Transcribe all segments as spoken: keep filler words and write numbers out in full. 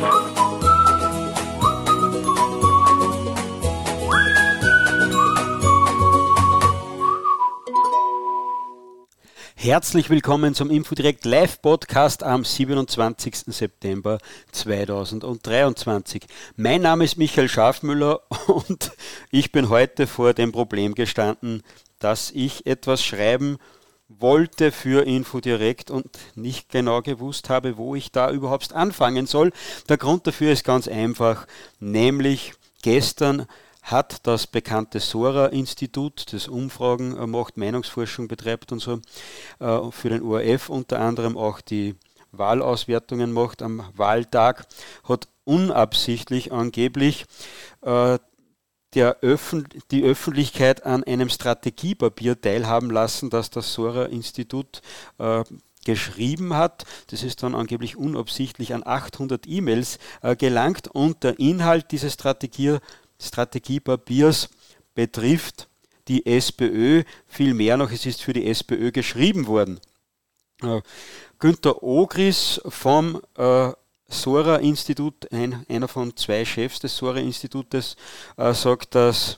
Herzlich willkommen zum InfoDirect Live Podcast am siebenundzwanzigsten September zweitausenddreiundzwanzig. Mein Name ist Michael Schafmüller und ich bin heute vor dem Problem gestanden, dass ich etwas schreiben wollte für InfoDirect und nicht genau gewusst habe, wo ich da überhaupt anfangen soll. Der Grund dafür ist ganz einfach, nämlich gestern hat das bekannte Sora-Institut, das Umfragen macht, Meinungsforschung betreibt und so, für den O R F unter anderem auch die Wahlauswertungen macht am Wahltag, hat unabsichtlich angeblich äh, der Öffn- die Öffentlichkeit an einem Strategiepapier teilhaben lassen, das das Sora-Institut äh, geschrieben hat. Das ist dann angeblich unabsichtlich an achthundert E-Mails äh, gelangt und der Inhalt dieses Strategie Strategiepapiers betrifft die SPÖ, viel mehr noch, es ist für die SPÖ geschrieben worden. Äh, Günter Ogris vom äh, Sora-Institut, ein, einer von zwei Chefs des Sora-Institutes, äh, sagt, dass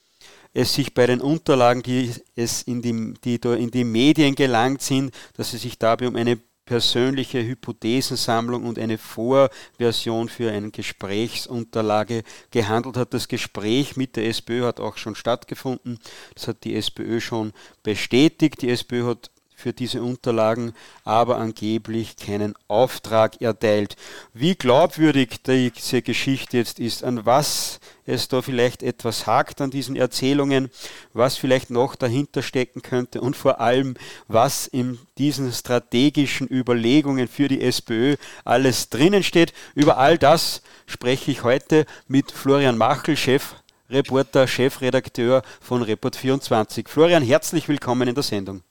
es sich bei den Unterlagen, die, es in die, die da in die Medien gelangt sind, dass es sich dabei um eine persönliche Hypothesensammlung und eine Vorversion für eine Gesprächsunterlage gehandelt hat. Das Gespräch mit der SPÖ hat auch schon stattgefunden. Das hat die SPÖ schon bestätigt. Die SPÖ hat für diese Unterlagen aber angeblich keinen Auftrag erteilt. Wie glaubwürdig diese Geschichte jetzt ist, an was es da vielleicht etwas hakt an diesen Erzählungen, was vielleicht noch dahinter stecken könnte und vor allem, was in diesen strategischen Überlegungen für die SPÖ alles drinnen steht. Über all das spreche ich heute mit Florian Machl, Chefreporter, Chefredakteur von Report vierundzwanzig. Florian, herzlich willkommen in der Sendung.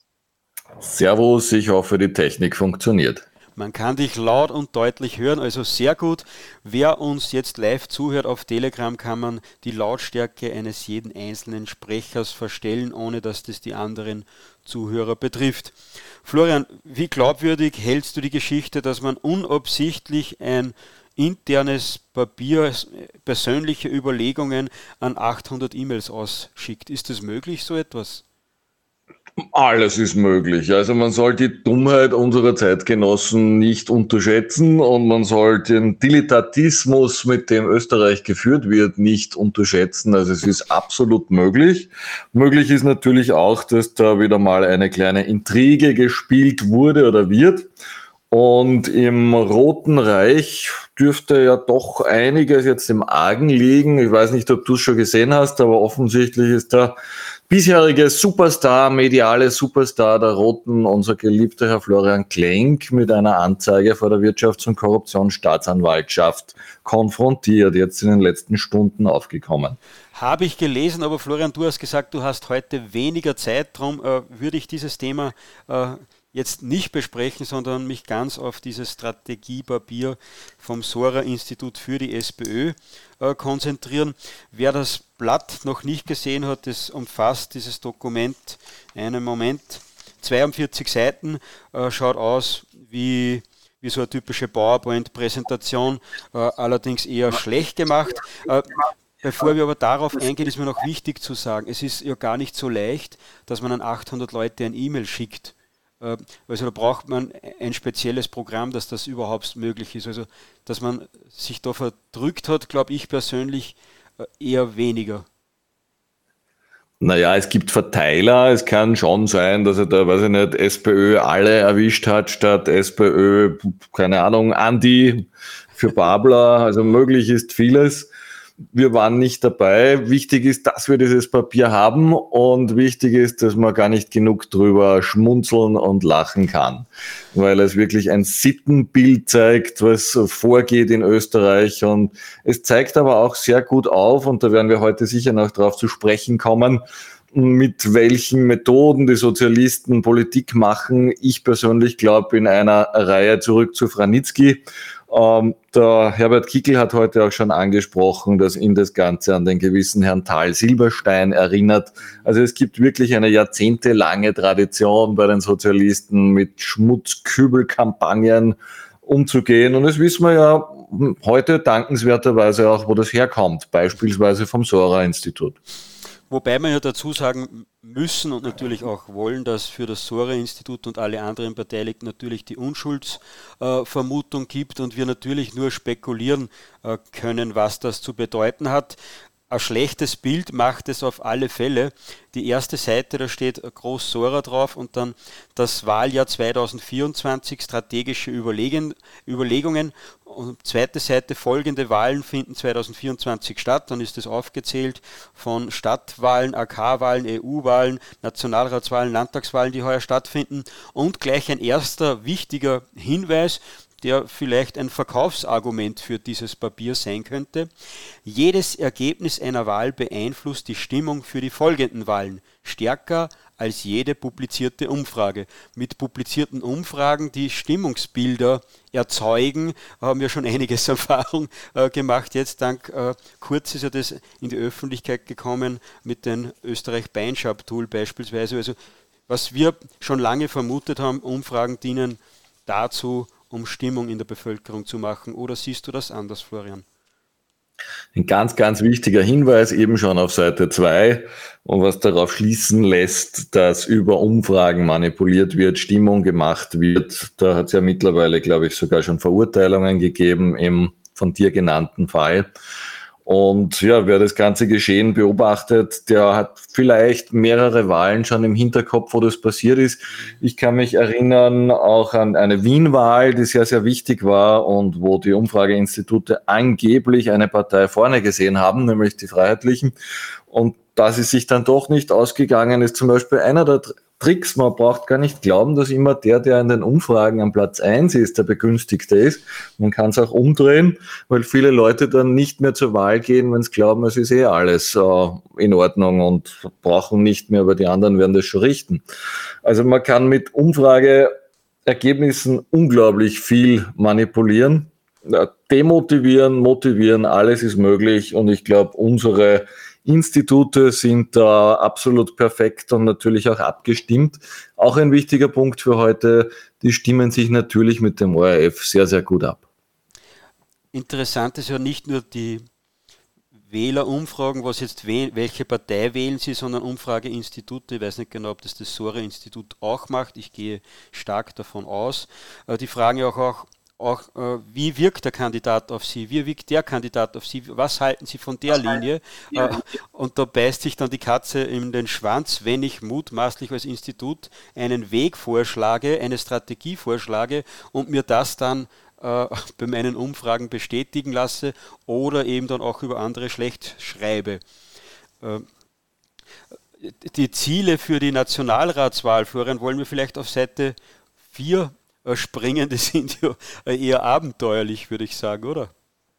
Servus, ich hoffe, die Technik funktioniert. Man kann dich laut und deutlich hören, also sehr gut. Wer uns jetzt live zuhört auf Telegram, kann man die Lautstärke eines jeden einzelnen Sprechers verstellen, ohne dass das die anderen Zuhörer betrifft. Florian, wie glaubwürdig hältst du die Geschichte, dass man unabsichtlich ein internes Papier, persönliche Überlegungen an achthundert E-Mails ausschickt? Ist das möglich, so etwas? Alles ist möglich. Also man soll die Dummheit unserer Zeitgenossen nicht unterschätzen und man soll den Dilettantismus, mit dem Österreich geführt wird, nicht unterschätzen. Also es ist absolut möglich. Möglich ist natürlich auch, dass da wieder mal eine kleine Intrige gespielt wurde oder wird. Und im Roten Reich dürfte ja doch einiges jetzt im Argen liegen. Ich weiß nicht, ob du es schon gesehen hast, aber offensichtlich ist der bisherige Superstar, mediale Superstar der Roten, unser geliebter Herr Florian Klenk, mit einer Anzeige vor der Wirtschafts- und Korruptionsstaatsanwaltschaft konfrontiert, jetzt in den letzten Stunden aufgekommen. Habe ich gelesen, aber Florian, du hast gesagt, du hast heute weniger Zeit, darum äh, würde ich dieses Thema äh, jetzt nicht besprechen, sondern mich ganz auf dieses Strategiepapier vom Sora-Institut für die SPÖ äh, konzentrieren. Wer das Blatt noch nicht gesehen hat, das umfasst dieses Dokument, einen Moment, zweiundvierzig Seiten, äh, schaut aus wie, wie so eine typische PowerPoint-Präsentation, äh, allerdings eher schlecht gemacht. Äh, Bevor wir aber darauf eingehen, ist mir noch wichtig zu sagen, es ist ja gar nicht so leicht, dass man an achthundert Leute ein E-Mail schickt. Also da braucht man ein spezielles Programm, dass das überhaupt möglich ist. Also dass man sich da verdrückt hat, glaube ich persönlich eher weniger. Naja, es gibt Verteiler. Es kann schon sein, dass er da, weiß ich nicht, SPÖ alle erwischt hat, statt SPÖ, keine Ahnung, Andi für Babler. Also möglich ist vieles. Wir waren nicht dabei. Wichtig ist, dass wir dieses Papier haben und wichtig ist, dass man gar nicht genug drüber schmunzeln und lachen kann, weil es wirklich ein Sittenbild zeigt, was vorgeht in Österreich und es zeigt aber auch sehr gut auf, und da werden wir heute sicher noch drauf zu sprechen kommen, mit welchen Methoden die Sozialisten Politik machen. Ich persönlich glaube in einer Reihe zurück zu Franitzky. Ähm, der Herbert Kickl hat heute auch schon angesprochen, dass ihn das Ganze an den gewissen Herrn Thal-Silberstein erinnert. Also es gibt wirklich eine jahrzehntelange Tradition bei den Sozialisten mit Schmutzkübelkampagnen umzugehen. Und das wissen wir ja heute dankenswerterweise auch, wo das herkommt, beispielsweise vom Sora-Institut. Wobei wir ja dazu sagen müssen und natürlich auch wollen, dass für das Sora-Institut und alle anderen Beteiligten natürlich die Unschuldsvermutung äh, gibt und wir natürlich nur spekulieren äh, können, was das zu bedeuten hat. Ein schlechtes Bild macht es auf alle Fälle. Die erste Seite, da steht groß Sora drauf und dann das Wahljahr zweitausendvierundzwanzig, strategische Überlegen, Überlegungen. Und zweite Seite, folgende Wahlen finden zweitausendvierundzwanzig statt. Dann ist es aufgezählt von Stadtwahlen, A K-Wahlen, E U-Wahlen, Nationalratswahlen, Landtagswahlen, die heuer stattfinden. Und gleich ein erster wichtiger Hinweis, der vielleicht ein Verkaufsargument für dieses Papier sein könnte. Jedes Ergebnis einer Wahl beeinflusst die Stimmung für die folgenden Wahlen stärker als jede publizierte Umfrage. Mit publizierten Umfragen, die Stimmungsbilder erzeugen, haben wir schon einiges Erfahrung äh, gemacht. Jetzt dank äh, Kurz ist ja das in die Öffentlichkeit gekommen mit dem Österreich-Beinschab-Tool beispielsweise. Also was wir schon lange vermutet haben, Umfragen dienen dazu, um Stimmung in der Bevölkerung zu machen. Oder siehst du das anders, Florian? Ein ganz, ganz wichtiger Hinweis eben schon auf Seite zwei und was darauf schließen lässt, dass über Umfragen manipuliert wird, Stimmung gemacht wird. Da hat es ja mittlerweile, glaube ich, sogar schon Verurteilungen gegeben im von dir genannten Fall. Und ja, wer das ganze Geschehen beobachtet, der hat vielleicht mehrere Wahlen schon im Hinterkopf, wo das passiert ist. Ich kann mich erinnern auch an eine Wien-Wahl, die sehr, sehr wichtig war und wo die Umfrageinstitute angeblich eine Partei vorne gesehen haben, nämlich die Freiheitlichen. Und dass es sich dann doch nicht ausgegangen ist, zum Beispiel einer der Tricks, man braucht gar nicht glauben, dass immer der, der in den Umfragen am Platz eins ist, der Begünstigte ist. Man kann es auch umdrehen, weil viele Leute dann nicht mehr zur Wahl gehen, wenn sie glauben, es ist eh alles äh, in Ordnung und brauchen nicht mehr, aber die anderen werden das schon richten. Also man kann mit Umfrageergebnissen unglaublich viel manipulieren, demotivieren, motivieren, alles ist möglich und ich glaube, unsere Institute sind da absolut perfekt und natürlich auch abgestimmt. Auch ein wichtiger Punkt für heute, die stimmen sich natürlich mit dem O R F sehr, sehr gut ab. Interessant ist ja nicht nur die Wählerumfragen, was jetzt welche Partei wählen sie, sondern Umfrageinstitute. Ich weiß nicht genau, ob das das Sora-Institut auch macht. Ich gehe stark davon aus. Die fragen ja auch, auch Auch äh, wie wirkt der Kandidat auf Sie, wie wirkt der Kandidat auf Sie, was halten Sie von der Linie? Äh, und da beißt sich dann die Katze in den Schwanz, wenn ich mutmaßlich als Institut einen Weg vorschlage, eine Strategie vorschlage und mir das dann äh, bei meinen Umfragen bestätigen lasse oder eben dann auch über andere schlecht schreibe. Äh, die Ziele für die Nationalratswahl, Florian, wollen wir vielleicht auf Seite vier springen, die sind ja eher abenteuerlich, würde ich sagen, oder?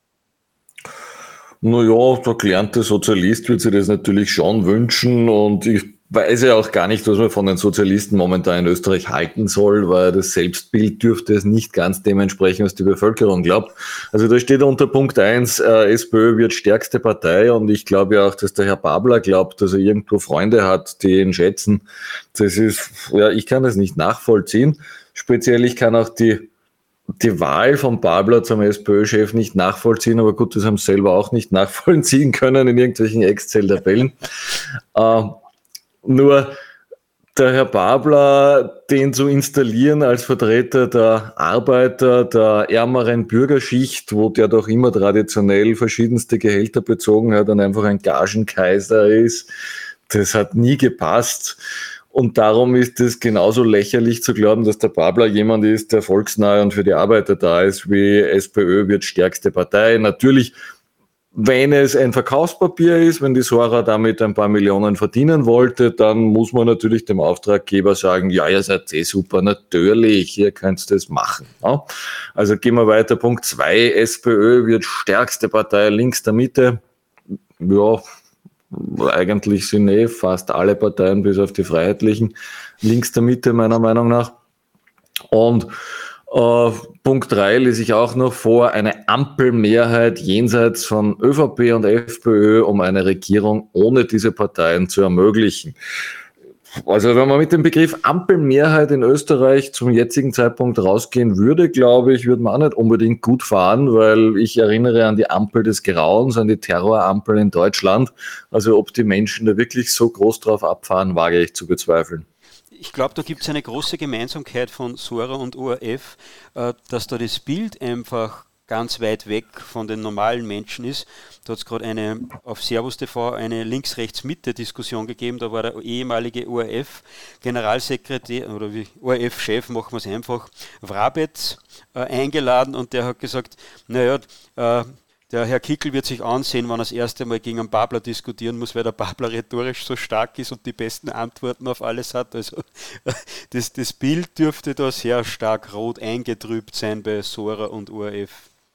Naja, der gelernte Sozialist wird sich das natürlich schon wünschen und ich weiß ja auch gar nicht, was man von den Sozialisten momentan in Österreich halten soll, weil das Selbstbild dürfte es nicht ganz dementsprechend, was die Bevölkerung glaubt. Also da steht unter Punkt eins, äh, SPÖ wird stärkste Partei und ich glaube ja auch, dass der Herr Babler glaubt, dass er irgendwo Freunde hat, die ihn schätzen. Das ist, ja, ich kann das nicht nachvollziehen. Speziell, ich kann auch die, die Wahl von Babler zum SPÖ-Chef nicht nachvollziehen, aber gut, das haben sie selber auch nicht nachvollziehen können in irgendwelchen Excel-Tabellen. äh, nur der Herr Babler, den zu installieren als Vertreter der Arbeiter, der ärmeren Bürgerschicht, wo der doch immer traditionell verschiedenste Gehälter bezogen hat und einfach ein Gagenkaiser ist, das hat nie gepasst. Und darum ist es genauso lächerlich zu glauben, dass der Babler jemand ist, der volksnah und für die Arbeiter da ist, wie SPÖ wird stärkste Partei. Natürlich, wenn es ein Verkaufspapier ist, wenn die Sora damit ein paar Millionen verdienen wollte, dann muss man natürlich dem Auftraggeber sagen, ja, ihr seid eh super, natürlich, ihr könnt das machen. Ja? Also gehen wir weiter. Punkt zwei, SPÖ wird stärkste Partei links der Mitte. Ja, eigentlich sind eh fast alle Parteien, bis auf die Freiheitlichen, links der Mitte meiner Meinung nach. Und äh, Punkt drei lese ich auch noch vor, eine Ampelmehrheit jenseits von ÖVP und FPÖ, um eine Regierung ohne diese Parteien zu ermöglichen. Also wenn man mit dem Begriff Ampelmehrheit in Österreich zum jetzigen Zeitpunkt rausgehen würde, glaube ich, würde man auch nicht unbedingt gut fahren, weil ich erinnere an die Ampel des Grauens, an die Terrorampel in Deutschland. Also ob die Menschen da wirklich so groß drauf abfahren, wage ich zu bezweifeln. Ich glaube, da gibt es eine große Gemeinsamkeit von Sora und O R F, äh, dass da das Bild einfach ganz weit weg von den normalen Menschen ist. Da hat es gerade eine auf Servus T V eine Links-Rechts-Mitte-Diskussion gegeben. Da war der ehemalige O R F-Generalsekretär oder wie O R F-Chef, machen wir es einfach, Wrabetz äh, eingeladen und der hat gesagt, naja, äh, der Herr Kickl wird sich ansehen, wenn er das erste Mal gegen einen Babler diskutieren muss, weil der Babler rhetorisch so stark ist und die besten Antworten auf alles hat. Also das, das Bild dürfte da sehr stark rot eingetrübt sein bei Sora und O R F.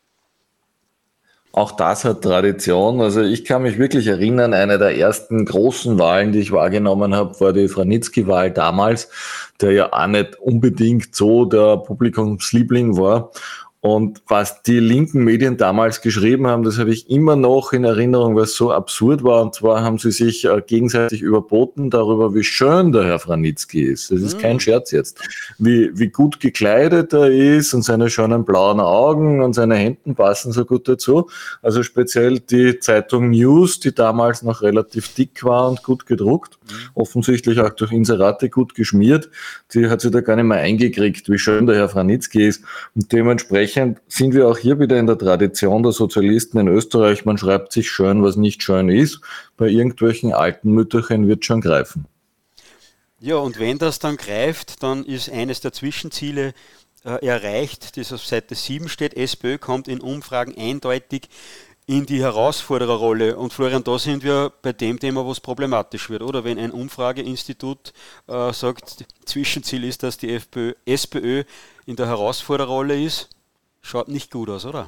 Auch das hat Tradition. Also ich kann mich wirklich erinnern, eine der ersten großen Wahlen, die ich wahrgenommen habe, war die Franitzky-Wahl damals, der ja auch nicht unbedingt so der Publikumsliebling war. Und was die linken Medien damals geschrieben haben, das habe ich immer noch in Erinnerung, weil es so absurd war. Und zwar haben sie sich äh, gegenseitig überboten darüber, wie schön der Herr Franitzky ist. Das ist kein Scherz jetzt. Wie, wie gut gekleidet er ist und seine schönen blauen Augen und seine Hemden passen so gut dazu. Also speziell die Zeitung News, die damals noch relativ dick war und gut gedruckt, offensichtlich auch durch Inserate gut geschmiert, die hat sich da gar nicht mehr eingekriegt, wie schön der Herr Franitzky ist. Und dementsprechend sind wir auch hier wieder in der Tradition der Sozialisten in Österreich. Man schreibt sich schön, was nicht schön ist. Bei irgendwelchen alten Mütterchen wird schon greifen. Ja, und wenn das dann greift, dann ist eines der Zwischenziele äh, erreicht, das auf Seite sieben steht. SPÖ kommt in Umfragen eindeutig in die Herausfordererrolle. Und Florian, da sind wir bei dem Thema, was problematisch wird, oder? Wenn ein Umfrageinstitut äh, sagt, Zwischenziel ist, dass die FPÖ, SPÖ in der Herausfordererrolle ist, schaut nicht gut aus, oder?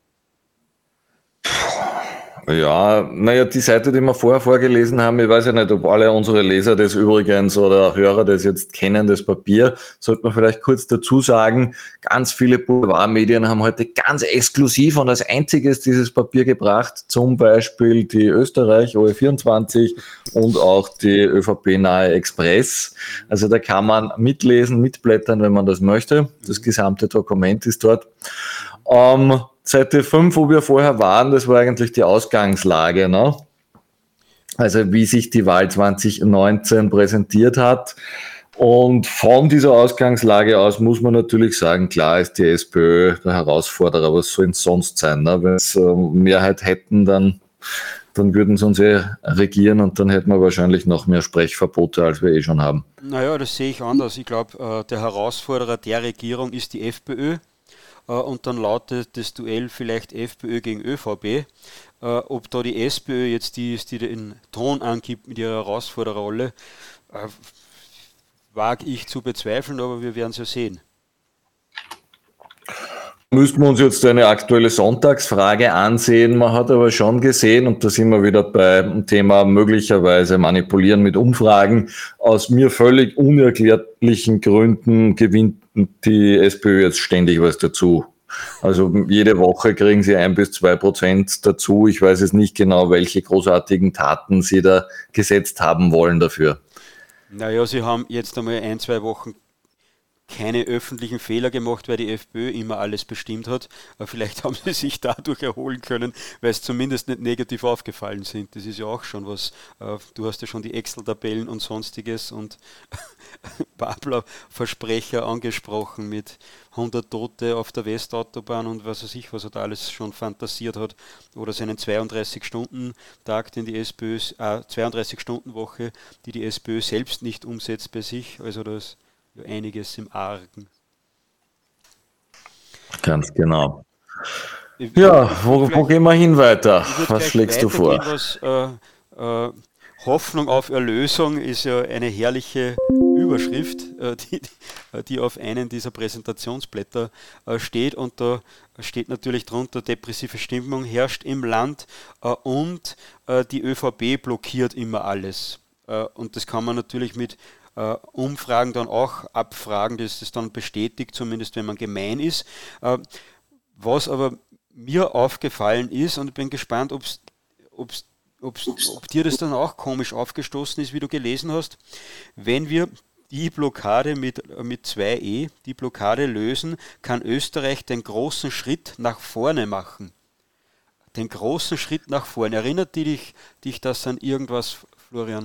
Ja, naja, die Seite, die wir vorher vorgelesen haben, ich weiß ja nicht, ob alle unsere Leser das übrigens oder Hörer das jetzt kennen, das Papier, sollte man vielleicht kurz dazu sagen, ganz viele Boulevardmedien haben heute ganz exklusiv und als einziges dieses Papier gebracht, zum Beispiel die Österreich, O E vierundzwanzig und auch die ÖVP-nahe Express. Also da kann man mitlesen, mitblättern, wenn man das möchte. Das gesamte Dokument ist dort. Ähm, Seite fünf, wo wir vorher waren, das war eigentlich die Ausgangslage, ne? Also wie sich die Wahl zwanzig neunzehn präsentiert hat. Und von dieser Ausgangslage aus muss man natürlich sagen, klar ist die SPÖ der Herausforderer, was soll es sonst sein? Ne? Wenn sie äh, Mehrheit hätten, dann, dann würden sie uns eh regieren und dann hätten wir wahrscheinlich noch mehr Sprechverbote, als wir eh schon haben. Naja, das sehe ich anders. Ich glaube, äh, der Herausforderer der Regierung ist die FPÖ. Und dann lautet das Duell vielleicht FPÖ gegen ÖVP. Äh, ob da die SPÖ jetzt die ist, die den Ton angibt mit ihrer Herausfordererrolle, äh, wage ich zu bezweifeln, aber wir werden es ja sehen. Müssten wir uns jetzt eine aktuelle Sonntagsfrage ansehen. Man hat aber schon gesehen, und da sind wir wieder beim Thema möglicherweise manipulieren mit Umfragen, aus mir völlig unerklärlichen Gründen gewinnt die SPÖ jetzt ständig was dazu. Also jede Woche kriegen sie ein bis zwei Prozent dazu. Ich weiß jetzt nicht genau, welche großartigen Taten sie da gesetzt haben wollen dafür. Naja, sie haben jetzt einmal ein, zwei Wochen keine öffentlichen Fehler gemacht, weil die FPÖ immer alles bestimmt hat. Aber vielleicht haben sie sich dadurch erholen können, weil es zumindest nicht negativ aufgefallen sind. Das ist ja auch schon was. Du hast ja schon die Excel-Tabellen und sonstiges und Babler-Versprecher angesprochen mit hundert Tote auf der Westautobahn und was weiß ich, was er da alles schon fantasiert hat. Oder seinen zweiunddreißig-Stunden-Tag, den die SPÖ, äh, zweiunddreißig-Stunden-Woche, die die SPÖ selbst nicht umsetzt bei sich. Also das ja, einiges im Argen. Ganz genau. Ich, ja, wo, wo gehen wir hin weiter? Was schlägst du vor? Was, äh, äh, Hoffnung auf Erlösung ist ja eine herrliche Überschrift, äh, die, die auf einem dieser Präsentationsblätter äh, steht. Und da steht natürlich drunter, depressive Stimmung herrscht im Land äh, und äh, die ÖVP blockiert immer alles. Äh, und das kann man natürlich mit Uh, Umfragen dann auch abfragen, dass das dann bestätigt, zumindest wenn man gemein ist. Uh, was aber mir aufgefallen ist, und ich bin gespannt, ob es ob's, ob dir das dann auch komisch aufgestoßen ist, wie du gelesen hast, wenn wir die Blockade mit, mit zwei E, die Blockade lösen, kann Österreich den großen Schritt nach vorne machen. Den großen Schritt nach vorne. Erinnert dich, dich das an irgendwas, Florian?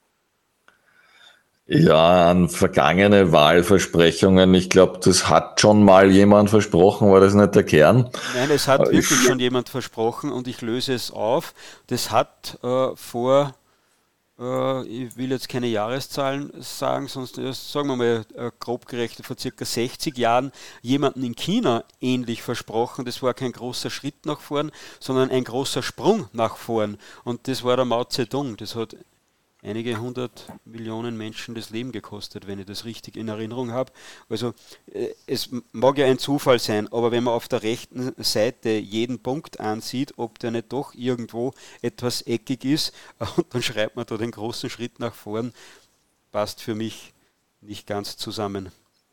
Ja, an vergangene Wahlversprechungen. Ich glaube, das hat schon mal jemand versprochen, war das nicht der Kern? Nein, es hat Äh, Ich, wirklich schon jemand versprochen und ich löse es auf. Das hat äh, vor, äh, ich will jetzt keine Jahreszahlen sagen, sonst äh, sagen wir mal äh, grob gerechnet, vor circa sechzig Jahren jemanden in China ähnlich versprochen. Das war kein großer Schritt nach vorn, sondern ein großer Sprung nach vorn. Und das war der Mao Zedong. Das hat einige hundert Millionen Menschen das Leben gekostet, wenn ich das richtig in Erinnerung habe. Also äh, es mag ja ein Zufall sein, aber wenn man auf der rechten Seite jeden Punkt ansieht, ob der nicht doch irgendwo etwas eckig ist, und dann schreibt man da den großen Schritt nach vorn, passt für mich nicht ganz zusammen.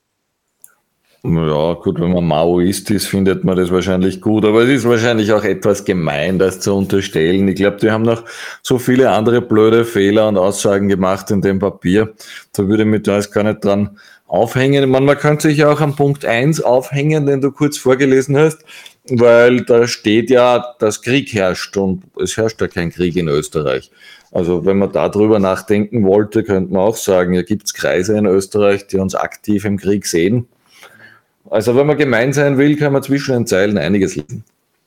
ja, gut, wenn man Maoist ist, findet man das wahrscheinlich gut, aber es ist wahrscheinlich auch etwas gemein, das zu unterstellen. Ich glaube, die haben noch so viele andere blöde Fehler und Aussagen gemacht in dem Papier. Da würde ich mich da jetzt gar nicht dran aufhängen. Ich meine, man könnte sich ja auch am Punkt eins aufhängen, den du kurz vorgelesen hast, weil da steht ja, dass Krieg herrscht und es herrscht ja kein Krieg in Österreich. Also wenn man darüber nachdenken wollte, könnte man auch sagen, ja, gibt es Kreise in Österreich, die uns aktiv im Krieg sehen. Also wenn man gemein sein will, kann man zwischen den Zeilen einiges lesen.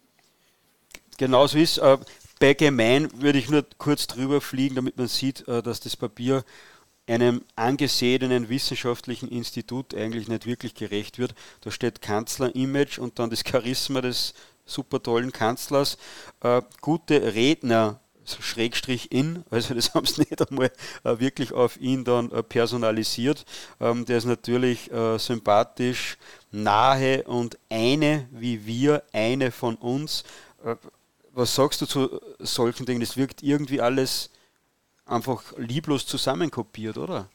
Genauso ist, äh, bei gemein würde ich nur kurz drüber fliegen, damit man sieht, äh, dass das Papier einem angesehenen wissenschaftlichen Institut eigentlich nicht wirklich gerecht wird. Da steht Kanzler-Image und dann das Charisma des super tollen Kanzlers. Äh, gute Redner, Schrägstrich in, also das haben sie nicht einmal äh, wirklich auf ihn dann äh, personalisiert. Ähm, der ist natürlich äh, sympathisch, nahe und eine wie wir, eine von uns. Äh, was sagst du zu solchen Dingen? Das wirkt irgendwie alles einfach lieblos zusammenkopiert, oder?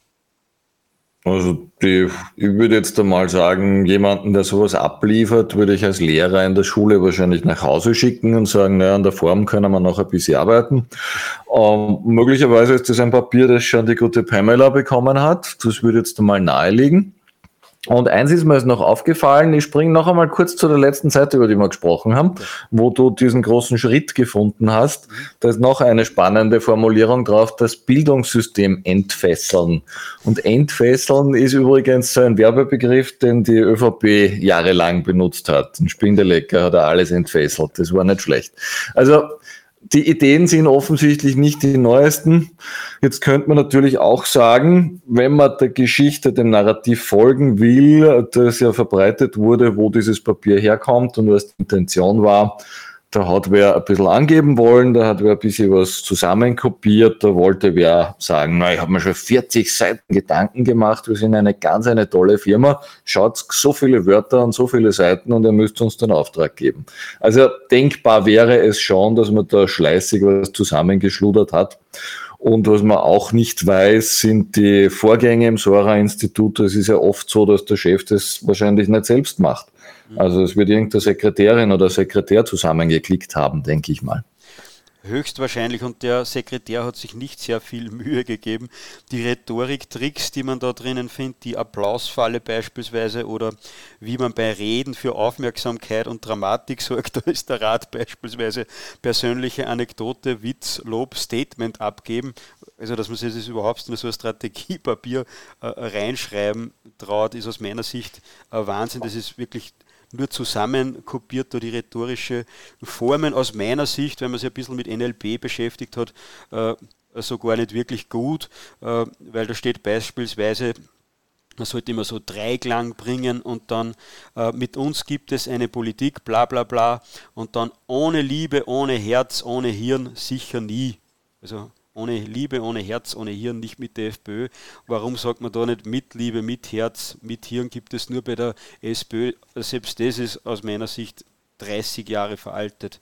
Also die, ich würde jetzt einmal sagen, jemanden, der sowas abliefert, würde ich als Lehrer in der Schule wahrscheinlich nach Hause schicken und sagen, naja, an der Form können wir noch ein bisschen arbeiten. Ähm, möglicherweise ist das ein Papier, das schon die gute Pamela bekommen hat. Das würde jetzt einmal naheliegen. Und eins ist mir jetzt noch aufgefallen, ich springe noch einmal kurz zu der letzten Seite, über die wir gesprochen haben, wo du diesen großen Schritt gefunden hast. Da ist noch eine spannende Formulierung drauf, das Bildungssystem entfesseln. Und entfesseln ist übrigens so ein Werbebegriff, den die ÖVP jahrelang benutzt hat. Ein Spindelecker hat er alles entfesselt, das war nicht schlecht. Also die Ideen sind offensichtlich nicht die neuesten. Jetzt könnte man natürlich auch sagen, wenn man der Geschichte, dem Narrativ folgen will, das ja verbreitet wurde, wo dieses Papier herkommt und was die Intention war, da hat wer ein bisschen angeben wollen, da hat wer ein bisschen was zusammenkopiert, da wollte wer sagen, na, ich habe mir schon vierzig Seiten Gedanken gemacht, wir sind eine ganz eine tolle Firma, schaut so viele Wörter und so viele Seiten und ihr müsst uns den Auftrag geben. Also denkbar wäre es schon, dass man da schleißig was zusammengeschludert hat. Und was man auch nicht weiß, sind die Vorgänge im Sora-Institut. Es ist ja oft so, dass der Chef das wahrscheinlich nicht selbst macht. Also es wird irgendeine Sekretärin oder Sekretär zusammengeklickt haben, denke ich mal. Höchstwahrscheinlich, und der Sekretär hat sich nicht sehr viel Mühe gegeben. Die Rhetoriktricks, die man da drinnen findet, die Applausfalle beispielsweise, oder wie man bei Reden für Aufmerksamkeit und Dramatik sorgt, da ist der Rat beispielsweise persönliche Anekdote, Witz, Lob, Statement abgeben. Also dass man sich das überhaupt in so ein Strategiepapier äh, reinschreiben traut, ist aus meiner Sicht äh, Wahnsinn. Das ist wirklich nur zusammenkopiert, da die rhetorische Formen aus meiner Sicht, wenn man sich ein bisschen mit N L P beschäftigt hat, äh, so gar nicht wirklich gut, äh, weil da steht beispielsweise, man sollte immer so Dreiklang bringen und dann äh, mit uns gibt es eine Politik, bla bla bla, und dann ohne Liebe, ohne Herz, ohne Hirn sicher nie. Also ohne Liebe, ohne Herz, ohne Hirn, nicht mit der FPÖ. Warum sagt man da nicht mit Liebe, mit Herz, mit Hirn gibt es nur bei der SPÖ? Selbst das ist aus meiner Sicht dreißig Jahre veraltet.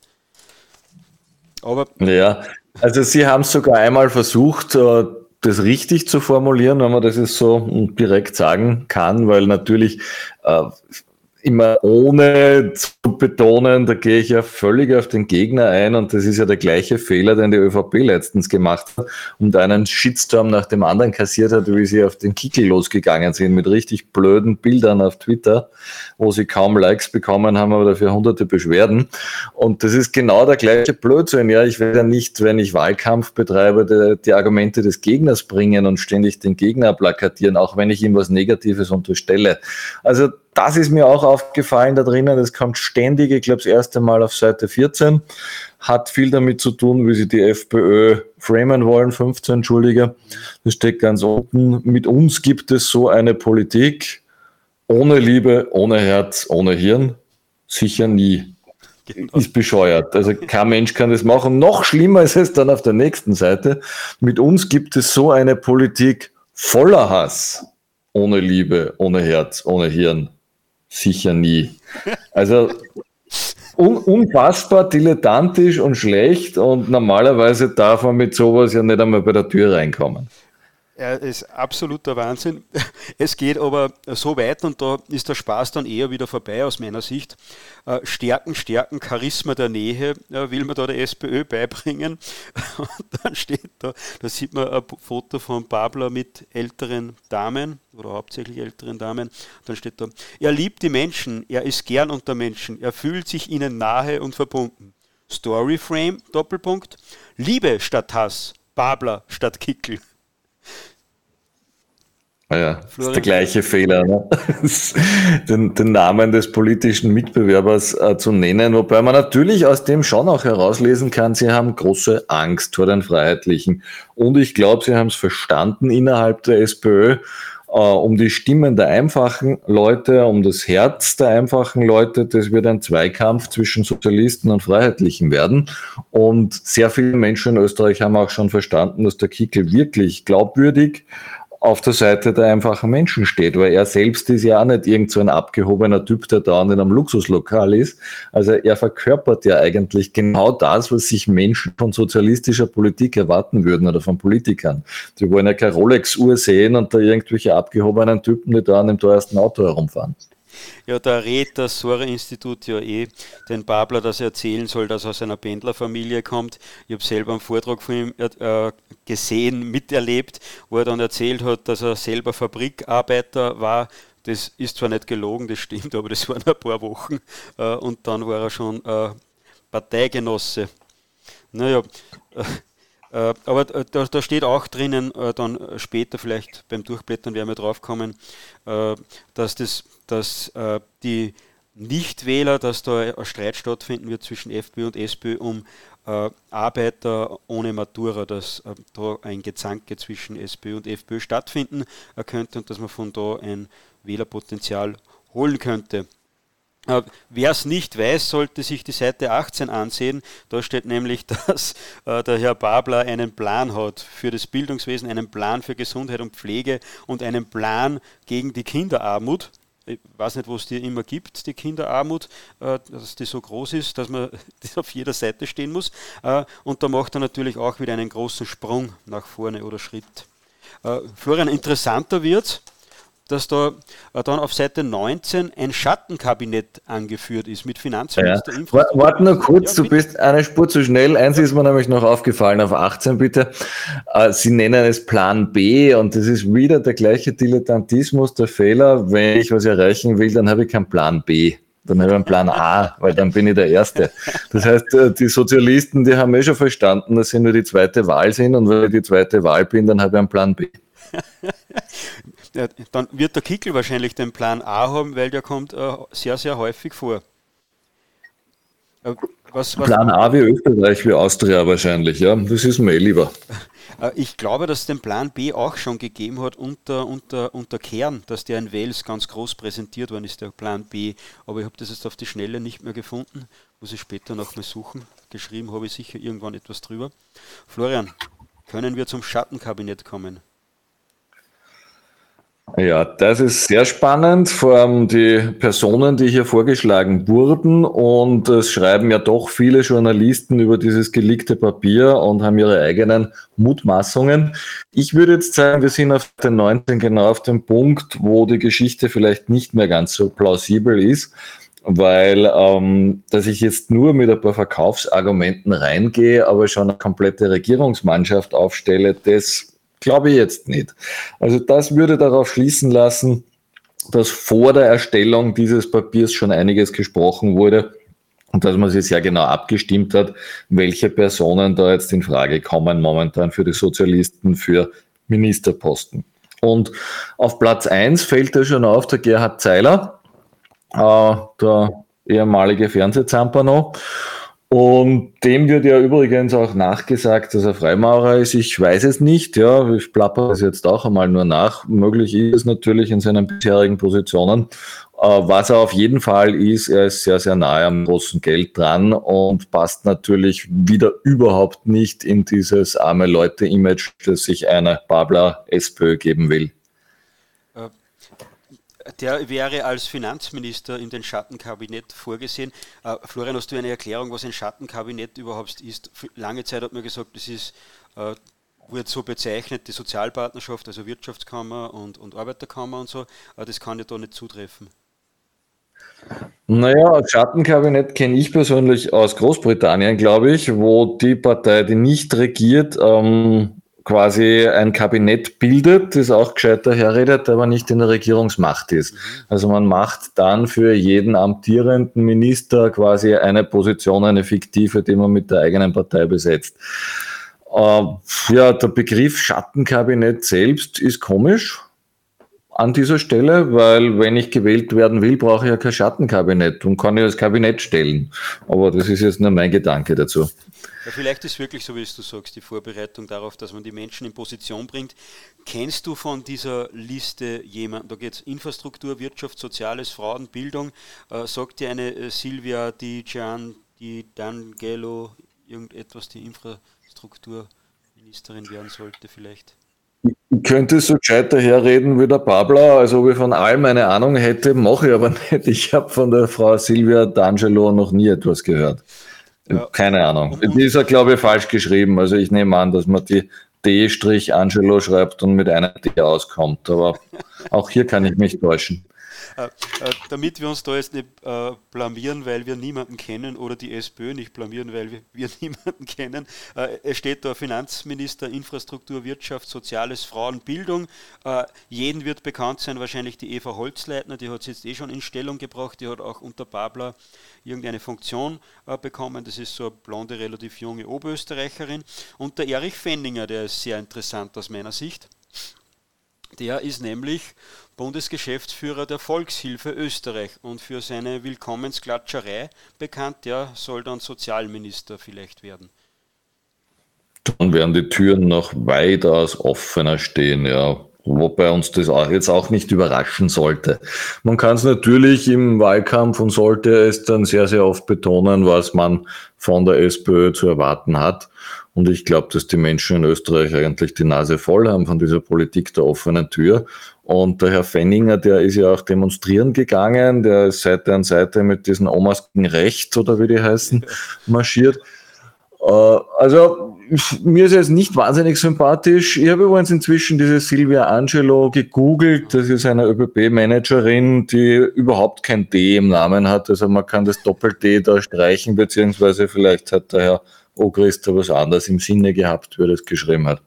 Aber ja, also Sie haben es sogar einmal versucht, das richtig zu formulieren, wenn man das jetzt so direkt sagen kann, weil natürlich äh, immer ohne zu betonen, da gehe ich ja völlig auf den Gegner ein und das ist ja der gleiche Fehler, den die ÖVP letztens gemacht hat und einen Shitstorm nach dem anderen kassiert hat, wie sie auf den Kickl losgegangen sind mit richtig blöden Bildern auf Twitter, wo sie kaum Likes bekommen haben, aber dafür hunderte Beschwerden. Und das ist genau der gleiche Blödsinn. Ja, ich werde ja nicht, wenn ich Wahlkampf betreibe, die, die Argumente des Gegners bringen und ständig den Gegner plakatieren, auch wenn ich ihm was Negatives unterstelle. Also das ist mir auch aufgefallen da drinnen, das kommt ständig, ich glaube das erste Mal auf Seite vierzehn, hat viel damit zu tun, wie sie die FPÖ framen wollen, fünfzehn, Entschuldige, das steht ganz unten, mit uns gibt es so eine Politik, ohne Liebe, ohne Herz, ohne Hirn, sicher nie. Genau. Ist bescheuert, also kein Mensch kann das machen, noch schlimmer ist es dann auf der nächsten Seite, mit uns gibt es so eine Politik voller Hass, ohne Liebe, ohne Herz, ohne Hirn. Sicher nie. Also un- unfassbar dilettantisch und schlecht und normalerweise darf man mit sowas ja nicht einmal bei der Tür reinkommen. Ja, ist absoluter Wahnsinn. Es geht aber so weit und da ist der Spaß dann eher wieder vorbei aus meiner Sicht. Stärken, Stärken, Charisma der Nähe will man da der SPÖ beibringen. Und dann steht da, da sieht man ein Foto von Babler mit älteren Damen oder hauptsächlich älteren Damen. Dann steht da, er liebt die Menschen, er ist gern unter Menschen, er fühlt sich ihnen nahe und verbunden. Storyframe, Doppelpunkt, Liebe statt Hass, Babler statt Kickl. Ja, das ist der gleiche Fehler, ne? den, den Namen des politischen Mitbewerbers äh, zu nennen, wobei man natürlich aus dem schon auch herauslesen kann, sie haben große Angst vor den Freiheitlichen. Und ich glaube, sie haben es verstanden innerhalb der SPÖ, äh, um die Stimmen der einfachen Leute, um das Herz der einfachen Leute, das wird ein Zweikampf zwischen Sozialisten und Freiheitlichen werden. Und sehr viele Menschen in Österreich haben auch schon verstanden, dass der Kickl wirklich glaubwürdig auf der Seite der einfachen Menschen steht, weil er selbst ist ja auch nicht irgend so ein abgehobener Typ, der da in einem Luxuslokal ist. Also er verkörpert ja eigentlich genau das, was sich Menschen von sozialistischer Politik erwarten würden oder von Politikern. Sie wollen ja keine Rolex-Uhr sehen und da irgendwelche abgehobenen Typen, die da an dem teuersten Auto herumfahren. Ja, da rät das Sora-Institut ja eh den Babler, dass er erzählen soll, dass er aus einer Pendlerfamilie kommt. Ich habe selber einen Vortrag von ihm äh, gesehen, miterlebt, wo er dann erzählt hat, dass er selber Fabrikarbeiter war. Das ist zwar nicht gelogen, das stimmt, aber das waren ein paar Wochen äh, und dann war er schon äh, Parteigenosse. Naja, äh, äh, aber da, da steht auch drinnen, äh, dann später vielleicht beim Durchblättern werden wir drauf kommen, äh, dass das dass äh, die Nichtwähler, dass da ein Streit stattfinden wird zwischen FPÖ und SPÖ um äh, Arbeiter ohne Matura, dass äh, da ein Gezanke zwischen SPÖ und FPÖ stattfinden äh, könnte und dass man von da ein Wählerpotenzial holen könnte. Äh, Wer es nicht weiß, sollte sich die Seite achtzehn ansehen. Da steht nämlich, dass äh, der Herr Babler einen Plan hat für das Bildungswesen, einen Plan für Gesundheit und Pflege und einen Plan gegen die Kinderarmut. Ich weiß nicht, wo es die immer gibt, die Kinderarmut, äh, dass die so groß ist, dass man auf jeder Seite stehen muss. Äh, und da macht er natürlich auch wieder einen großen Sprung nach vorne oder Schritt. Äh, Florian, interessanter wird, dass da äh, dann auf Seite neunzehn ein Schattenkabinett angeführt ist mit Finanzminister. Ja. Warte nur kurz, ja, du bist eine Spur zu schnell. Eins ist mir nämlich noch aufgefallen auf achtzehn, bitte. Äh, Sie nennen es Plan B und das ist wieder der gleiche Dilettantismus, der Fehler. Wenn ich was erreichen will, dann habe ich keinen Plan B. Dann habe ich einen Plan A, weil dann bin ich der Erste. Das heißt, die Sozialisten, die haben eh schon verstanden, dass sie nur die zweite Wahl sind und wenn ich die zweite Wahl bin, dann habe ich einen Plan B. Ja, dann wird der Kickl wahrscheinlich den Plan A haben, weil der kommt äh, sehr, sehr häufig vor. Äh, was, was Plan A wie Österreich, wie Austria wahrscheinlich, ja. Das ist mir eh lieber. Äh, ich glaube, dass es den Plan B auch schon gegeben hat unter, unter, unter Kern, dass der in Wales ganz groß präsentiert worden ist, der Plan B. Aber ich habe das jetzt auf die Schnelle nicht mehr gefunden. Muss ich später noch mal suchen. Geschrieben habe ich sicher irgendwann etwas drüber. Florian, können wir zum Schattenkabinett kommen? Ja, das ist sehr spannend, vor allem die Personen, die hier vorgeschlagen wurden. Und es schreiben ja doch viele Journalisten über dieses geleakte Papier und haben ihre eigenen Mutmaßungen. Ich würde jetzt sagen, wir sind auf den neunzehn genau auf dem Punkt, wo die Geschichte vielleicht nicht mehr ganz so plausibel ist, weil ähm, dass ich jetzt nur mit ein paar Verkaufsargumenten reingehe, aber schon eine komplette Regierungsmannschaft aufstelle, das glaube ich jetzt nicht. Also das würde darauf schließen lassen, dass vor der Erstellung dieses Papiers schon einiges gesprochen wurde und dass man sich sehr genau abgestimmt hat, welche Personen da jetzt in Frage kommen momentan für die Sozialisten für Ministerposten. Und auf Platz eins fällt da schon auf der Gerhard Zeiler, äh, der ehemalige Fernsehzampano. Und dem wird ja übrigens auch nachgesagt, dass er Freimaurer ist. Ich weiß es nicht, ja, ich plappere es jetzt auch einmal nur nach. Möglich ist es natürlich in seinen bisherigen Positionen. Was er auf jeden Fall ist, er ist sehr, sehr nahe am großen Geld dran und passt natürlich wieder überhaupt nicht in dieses arme Leute-Image, das sich eine Babler SPÖ geben will. Der wäre als Finanzminister in den Schattenkabinett vorgesehen. Äh, Florian, hast du eine Erklärung, was ein Schattenkabinett überhaupt ist? Lange Zeit hat man gesagt, das ist, äh, wird so bezeichnet, die Sozialpartnerschaft, also Wirtschaftskammer und, und Arbeiterkammer und so. Aber das kann ja da nicht zutreffen. Naja, Schattenkabinett kenne ich persönlich aus Großbritannien, glaube ich, wo die Partei, die nicht regiert, ähm, quasi ein Kabinett bildet, das auch gescheiter herredet, aber nicht in der Regierungsmacht ist. Also man macht dann für jeden amtierenden Minister quasi eine Position, eine fiktive, die man mit der eigenen Partei besetzt. Äh, ja, der Begriff Schattenkabinett selbst ist komisch an dieser Stelle, weil wenn ich gewählt werden will, brauche ich ja kein Schattenkabinett und kann ja das Kabinett stellen. Aber das ist jetzt nur mein Gedanke dazu. Ja, vielleicht ist wirklich so, wie du sagst, die Vorbereitung darauf, dass man die Menschen in Position bringt. Kennst du von dieser Liste jemanden, da geht es Infrastruktur, Wirtschaft, Soziales, Frauen, Bildung, äh, sagt dir eine äh, Silvia Di Gian, Di D'Angelo irgendetwas, die Infrastrukturministerin werden sollte vielleicht? Ich könnte so gescheit daherreden wie der Babler, also ob ich von allem eine Ahnung hätte, mache ich aber nicht. Ich habe von der Frau Silvia D'Angelo noch nie etwas gehört. Ja. Keine Ahnung. Die ist ja, glaube ich, falsch geschrieben. Also ich nehme an, dass man die D-Angelo schreibt und mit einem D auskommt. Aber auch hier kann ich mich täuschen. Äh, äh, damit wir uns da jetzt nicht äh, blamieren, weil wir niemanden kennen, oder die SPÖ nicht blamieren, weil wir, wir niemanden kennen. Äh, es steht da Finanzminister, Infrastruktur, Wirtschaft, Soziales, Frauen, Bildung. Äh, jeden wird bekannt sein, wahrscheinlich die Eva Holzleitner, die hat es jetzt eh schon in Stellung gebracht, die hat auch unter Babler irgendeine Funktion äh, bekommen. Das ist so eine blonde, relativ junge Oberösterreicherin. Und der Erich Fenninger, der ist sehr interessant aus meiner Sicht. Der ist nämlich Bundesgeschäftsführer der Volkshilfe Österreich und für seine Willkommensklatscherei bekannt. Der soll dann Sozialminister vielleicht werden. Dann werden die Türen noch weitaus offener stehen, ja. Wobei uns das auch jetzt auch nicht überraschen sollte. Man kann es natürlich im Wahlkampf und sollte es dann sehr, sehr oft betonen, was man von der SPÖ zu erwarten hat. Und ich glaube, dass die Menschen in Österreich eigentlich die Nase voll haben von dieser Politik der offenen Tür. Und der Herr Fenninger, der ist ja auch demonstrieren gegangen, der ist Seite an Seite mit diesen Omas gegen Rechts oder wie die heißen, marschiert. Also mir ist er jetzt nicht wahnsinnig sympathisch. Ich habe übrigens inzwischen diese Silvia Angelo gegoogelt. Das ist eine ÖBB-Managerin, die überhaupt kein D im Namen hat. Also man kann das Doppel-D da streichen, beziehungsweise vielleicht hat der Herr Ogrist was anderes im Sinne gehabt, wie er das geschrieben hat.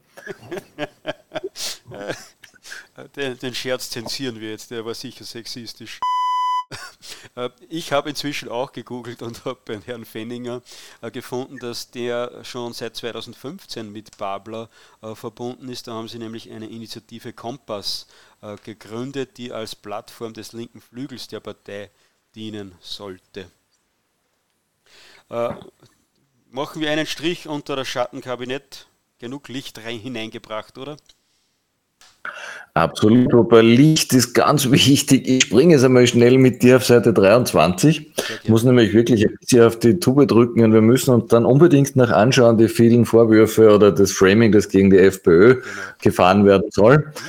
Den, den Scherz zensieren wir jetzt, der war sicher sexistisch. Ich habe inzwischen auch gegoogelt und habe beim Herrn Fenninger äh, gefunden, dass der schon seit zweitausendfünfzehn mit Babler äh, verbunden ist. Da haben sie nämlich eine Initiative Kompass äh, gegründet, die als Plattform des linken Flügels der Partei dienen sollte. Äh, machen wir einen Strich unter das Schattenkabinett. Genug Licht rein hineingebracht, oder? Absolut, wobei Licht ist ganz wichtig. Ich springe jetzt einmal schnell mit dir auf Seite dreiundzwanzig. Ich muss nämlich wirklich ein bisschen auf die Tube drücken und wir müssen uns dann unbedingt noch anschauen, die vielen Vorwürfe oder das Framing, das gegen die FPÖ genau. gefahren werden soll.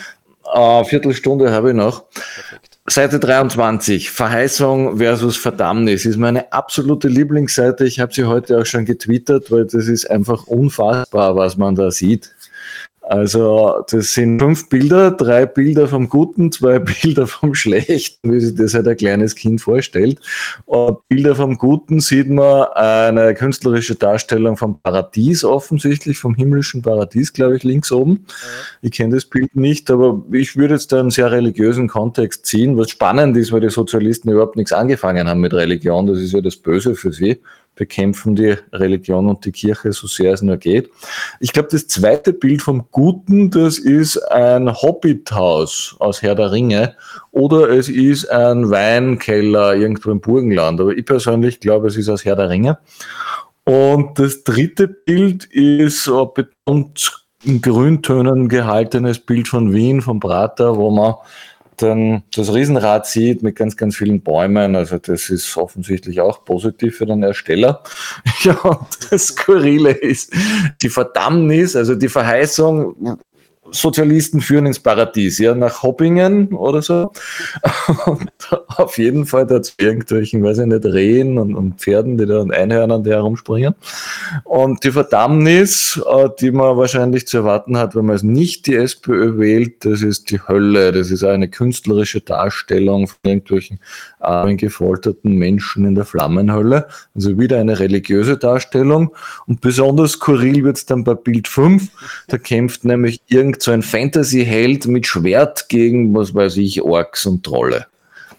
Äh, Viertelstunde habe ich noch. Perfekt. Seite dreiundzwanzig, Verheißung versus Verdammnis, ist meine absolute Lieblingsseite. Ich habe sie heute auch schon getwittert, weil das ist einfach unfassbar, was man da sieht. Also das sind fünf Bilder, drei Bilder vom Guten, zwei Bilder vom Schlechten, wie sich das halt ein kleines Kind vorstellt. Und Bilder vom Guten sieht man eine künstlerische Darstellung vom Paradies offensichtlich, vom himmlischen Paradies, glaube ich, links oben. Ich kenne das Bild nicht, aber ich würde jetzt da einen sehr religiösen Kontext ziehen, was spannend ist, weil die Sozialisten überhaupt nichts angefangen haben mit Religion, das ist ja das Böse für sie. Bekämpfen die Religion und die Kirche so sehr es nur geht. Ich glaube, das zweite Bild vom Guten, das ist ein Hobbithaus aus Herr der Ringe oder es ist ein Weinkeller irgendwo im Burgenland. Aber ich persönlich glaube, es ist aus Herr der Ringe. Und das dritte Bild ist ein betont in Grüntönen gehaltenes Bild von Wien, vom Prater, wo man dann das Riesenrad sieht mit ganz, ganz vielen Bäumen. Also das ist offensichtlich auch positiv für den Ersteller. Ja, und das Skurrile ist die Verdammnis, also die Verheißung, Sozialisten führen ins Paradies, ja, nach Hoppingen oder so. Und auf jeden Fall da zu irgendwelchen, weiß ich nicht, Rehen und, und Pferden, die da und Einhörnern, die herumspringen. Und die Verdammnis, die man wahrscheinlich zu erwarten hat, wenn man es nicht die SPÖ wählt, das ist die Hölle. Das ist eine künstlerische Darstellung von irgendwelchen armen, gefolterten Menschen in der Flammenhölle. Also wieder eine religiöse Darstellung. Und besonders skurril wird es dann bei Bild fünf. Da kämpft nämlich irgend so ein Fantasy-Held mit Schwert gegen, was weiß ich, Orks und Trolle.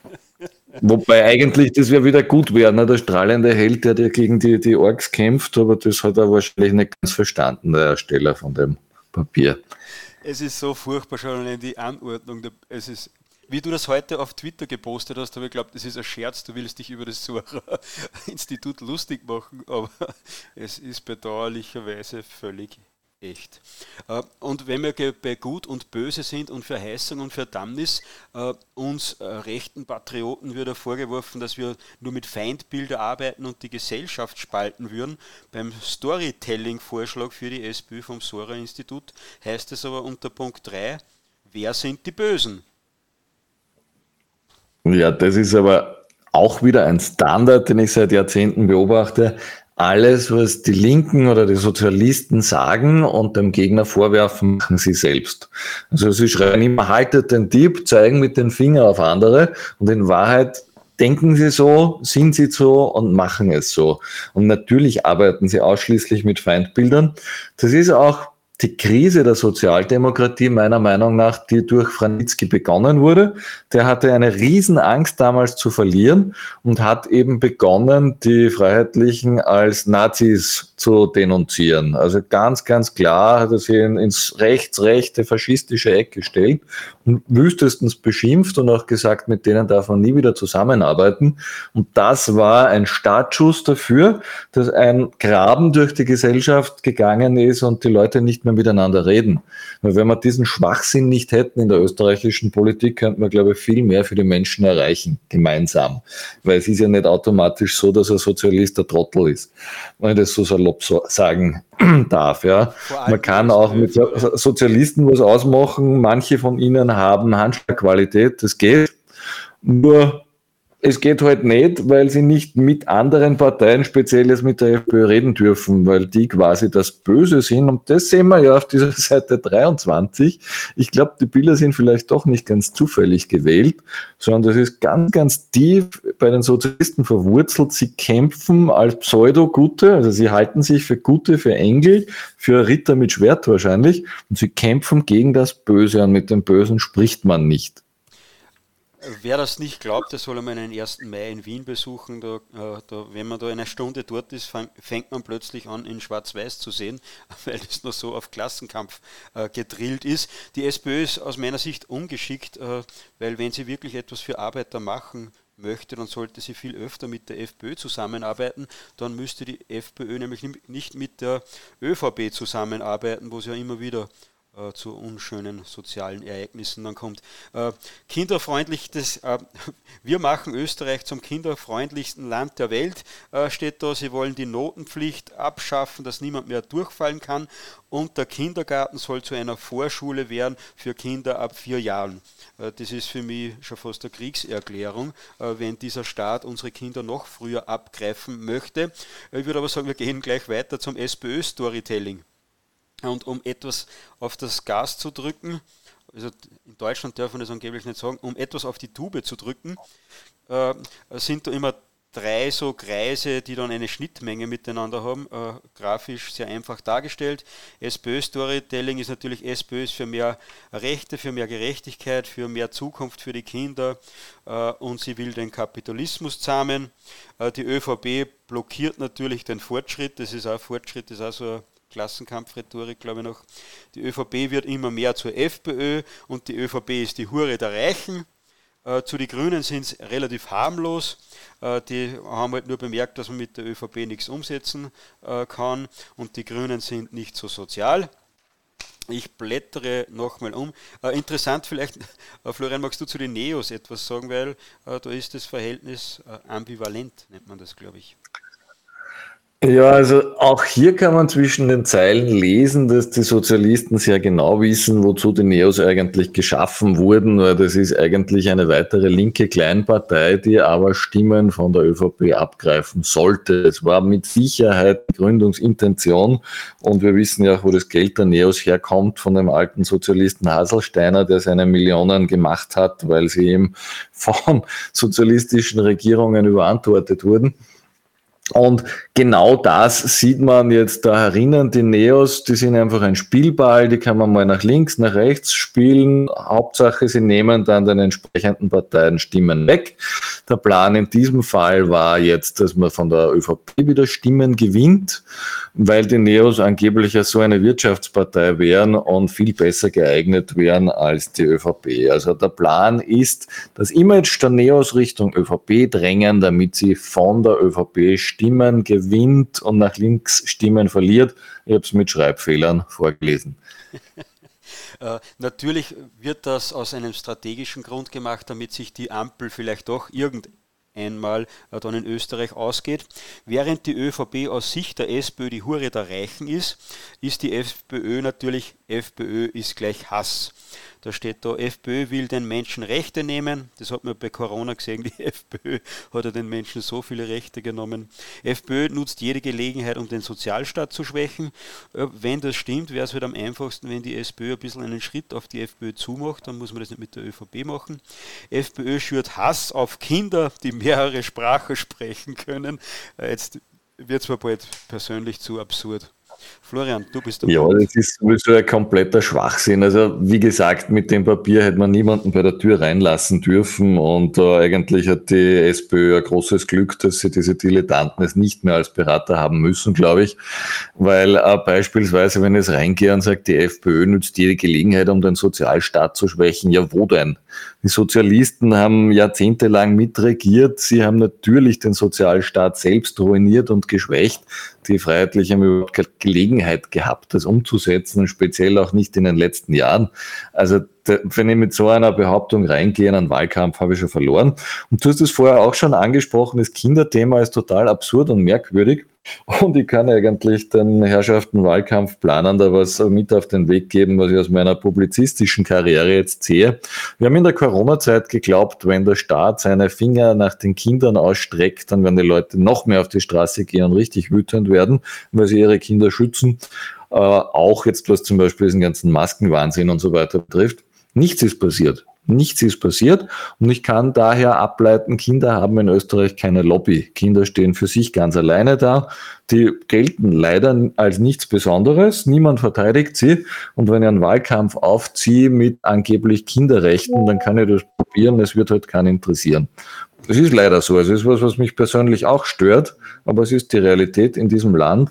Wobei eigentlich das wäre wieder gut wäre, ne? Der strahlende Held, der, der gegen die, die Orks kämpft, aber das hat er wahrscheinlich nicht ganz verstanden, der Ersteller von dem Papier. Es ist so furchtbar schon allein die Anordnung. Es ist, wie du das heute auf Twitter gepostet hast, habe ich geglaubt, das ist ein Scherz, du willst dich über das Sucher-Institut lustig machen, aber es ist bedauerlicherweise völlig echt. Und wenn wir bei Gut und Böse sind und Verheißung und Verdammnis, uns rechten Patrioten wird vorgeworfen, dass wir nur mit Feindbildern arbeiten und die Gesellschaft spalten würden. Beim Storytelling-Vorschlag für die SPÖ vom Sora-Institut heißt es aber unter Punkt drei, wer sind die Bösen? Ja, das ist aber auch wieder ein Standard, den ich seit Jahrzehnten beobachte. Alles, was die Linken oder die Sozialisten sagen und dem Gegner vorwerfen, machen sie selbst. Also sie schreien immer, haltet den Dieb, zeigen mit den Fingern auf andere und in Wahrheit denken sie so, sind sie so und machen es so. Und natürlich arbeiten sie ausschließlich mit Feindbildern. Das ist auch die Krise der Sozialdemokratie meiner Meinung nach, die durch Franitzky begonnen wurde. Der hatte eine Riesenangst damals zu verlieren und hat eben begonnen, die Freiheitlichen als Nazis zu denunzieren. Also ganz, ganz klar hat er sie ins rechtsrechte, faschistische Eck gestellt und wüstestens beschimpft und auch gesagt, mit denen darf man nie wieder zusammenarbeiten. Und das war ein Startschuss dafür, dass ein Graben durch die Gesellschaft gegangen ist und die Leute nicht mehr miteinander reden. Weil wenn wir diesen Schwachsinn nicht hätten in der österreichischen Politik, könnten wir, glaube ich, viel mehr für die Menschen erreichen, gemeinsam. Weil es ist ja nicht automatisch so, dass ein Sozialist ein Trottel ist, wenn ich das so salopp so sagen darf. Ja. Man kann auch mit Sozialisten was ausmachen, manche von ihnen haben Handschlagqualität, das geht, nur es geht halt nicht, weil sie nicht mit anderen Parteien, speziell jetzt mit der FPÖ, reden dürfen, weil die quasi das Böse sind. Und das sehen wir ja auf dieser Seite dreiundzwanzig. Ich glaube, die Bilder sind vielleicht doch nicht ganz zufällig gewählt, sondern das ist ganz, ganz tief bei den Sozialisten verwurzelt. Sie kämpfen als Pseudo-Gute, also sie halten sich für Gute, für Engel, für Ritter mit Schwert wahrscheinlich. Und sie kämpfen gegen das Böse und mit dem Bösen spricht man nicht. Wer das nicht glaubt, der soll einmal einen ersten Mai in Wien besuchen. Da, äh, da, wenn man da eine Stunde dort ist, fang, fängt man plötzlich an, in Schwarz-Weiß zu sehen, weil das noch so auf Klassenkampf äh, gedrillt ist. Die SPÖ ist aus meiner Sicht ungeschickt, äh, weil wenn sie wirklich etwas für Arbeiter machen möchte, dann sollte sie viel öfter mit der FPÖ zusammenarbeiten. Dann müsste die FPÖ nämlich nicht mit der ÖVP zusammenarbeiten, wo sie ja immer wieder äh, zu unschönen sozialen Ereignissen dann kommt. Äh, kinderfreundlich, das, äh, wir machen Österreich zum kinderfreundlichsten Land der Welt, äh, steht da. Sie wollen die Notenpflicht abschaffen, dass niemand mehr durchfallen kann, und der Kindergarten soll zu einer Vorschule werden für Kinder ab vier Jahren. Das ist für mich schon fast eine Kriegserklärung, wenn dieser Staat unsere Kinder noch früher abgreifen möchte. Ich würde aber sagen, wir gehen gleich weiter zum SPÖ-Storytelling. Und um etwas auf das Gas zu drücken, also in Deutschland darf man das angeblich nicht sagen, um etwas auf die Tube zu drücken, äh, sind da immer drei so Kreise, die dann eine Schnittmenge miteinander haben, äh, grafisch sehr einfach dargestellt. SPÖ-Storytelling ist natürlich, SPÖ ist für mehr Rechte, für mehr Gerechtigkeit, für mehr Zukunft für die Kinder, äh, und sie will den Kapitalismus zahmen. Äh, die ÖVP blockiert natürlich den Fortschritt, das ist auch Fortschritt, das ist auch so eine Klassenkampfrhetorik, glaube ich noch. Die ÖVP wird immer mehr zur FPÖ und die ÖVP ist die Hure der Reichen. Äh, zu den Grünen sind es relativ harmlos. Äh, die haben halt nur bemerkt, dass man mit der ÖVP nichts umsetzen äh, kann, und die Grünen sind nicht so sozial. Ich blättere nochmal um. Äh, interessant vielleicht, äh, Florian, magst du zu den Neos etwas sagen, weil äh, da ist das Verhältnis äh, ambivalent, nennt man das, glaube ich. Ja, also auch hier kann man zwischen den Zeilen lesen, dass die Sozialisten sehr genau wissen, wozu die Neos eigentlich geschaffen wurden, weil das ist eigentlich eine weitere linke Kleinpartei, die aber Stimmen von der ÖVP abgreifen sollte. Es war mit Sicherheit die Gründungsintention, und wir wissen ja auch, wo das Geld der Neos herkommt, von dem alten Sozialisten Haselsteiner, der seine Millionen gemacht hat, weil sie ihm von sozialistischen Regierungen überantwortet wurden. Und genau das sieht man jetzt da herinnen. Die Neos, die sind einfach ein Spielball, die kann man mal nach links, nach rechts spielen. Hauptsache, sie nehmen dann den entsprechenden Parteien Stimmen weg. Der Plan in diesem Fall war jetzt, dass man von der ÖVP wieder Stimmen gewinnt, weil die Neos angeblich ja so eine Wirtschaftspartei wären und viel besser geeignet wären als die ÖVP. Also der Plan ist, das Image der Neos Richtung ÖVP drängen, damit sie von der ÖVP Stimmen gewinnt und nach links Stimmen verliert. Ich habe es mit Schreibfehlern vorgelesen. Äh, natürlich wird das aus einem strategischen Grund gemacht, damit sich die Ampel vielleicht doch irgendeinmal äh, dann in Österreich ausgeht. Während die ÖVP aus Sicht der SPÖ die Hure der Reichen ist, ist die FPÖ natürlich, FPÖ ist gleich Hass. Da steht da, FPÖ will den Menschen Rechte nehmen. Das hat man bei Corona gesehen, die FPÖ hat ja den Menschen so viele Rechte genommen. FPÖ nutzt jede Gelegenheit, um den Sozialstaat zu schwächen. Wenn das stimmt, wäre es halt am einfachsten, wenn die SPÖ ein bisschen einen Schritt auf die FPÖ zumacht, dann muss man das nicht mit der ÖVP machen. FPÖ schürt Hass auf Kinder, die mehrere Sprachen sprechen können. Jetzt wird es mir bald persönlich zu absurd. Florian, du bist der Ja, Punkt. das ist sowieso ein kompletter Schwachsinn. Also wie gesagt, mit dem Papier hätte man niemanden bei der Tür reinlassen dürfen, und äh, eigentlich hat die SPÖ ein großes Glück, dass sie diese Dilettanten es nicht mehr als Berater haben müssen, glaube ich, weil äh, beispielsweise, wenn es reingehe und sagt, die FPÖ nutzt jede Gelegenheit, um den Sozialstaat zu schwächen, ja wo denn? Die Sozialisten haben jahrzehntelang mitregiert, sie haben natürlich den Sozialstaat selbst ruiniert und geschwächt. Die Freiheitlichen haben überhaupt keine Gelegenheit gehabt, das umzusetzen, speziell auch nicht in den letzten Jahren. Also wenn ich mit so einer Behauptung reingehe in einen Wahlkampf, habe ich schon verloren. Und du hast es vorher auch schon angesprochen, das Kinderthema ist total absurd und merkwürdig. Und ich kann eigentlich den Herrschaften Wahlkampfplanern da was mit auf den Weg geben, was ich aus meiner publizistischen Karriere jetzt sehe. Wir haben in der Corona-Zeit geglaubt, wenn der Staat seine Finger nach den Kindern ausstreckt, dann werden die Leute noch mehr auf die Straße gehen und richtig wütend werden, weil sie ihre Kinder schützen. Äh, auch jetzt, was zum Beispiel diesen ganzen Maskenwahnsinn und so weiter betrifft. Nichts ist passiert. Nichts ist passiert, und ich kann daher ableiten, Kinder haben in Österreich keine Lobby. Kinder stehen für sich ganz alleine da. Die gelten leider als nichts Besonderes. Niemand verteidigt sie. Und wenn ich einen Wahlkampf aufziehe mit angeblich Kinderrechten, dann kann ich das probieren. Es wird halt keinen interessieren. Das ist leider so. Es ist was, was mich persönlich auch stört, aber es ist die Realität in diesem Land.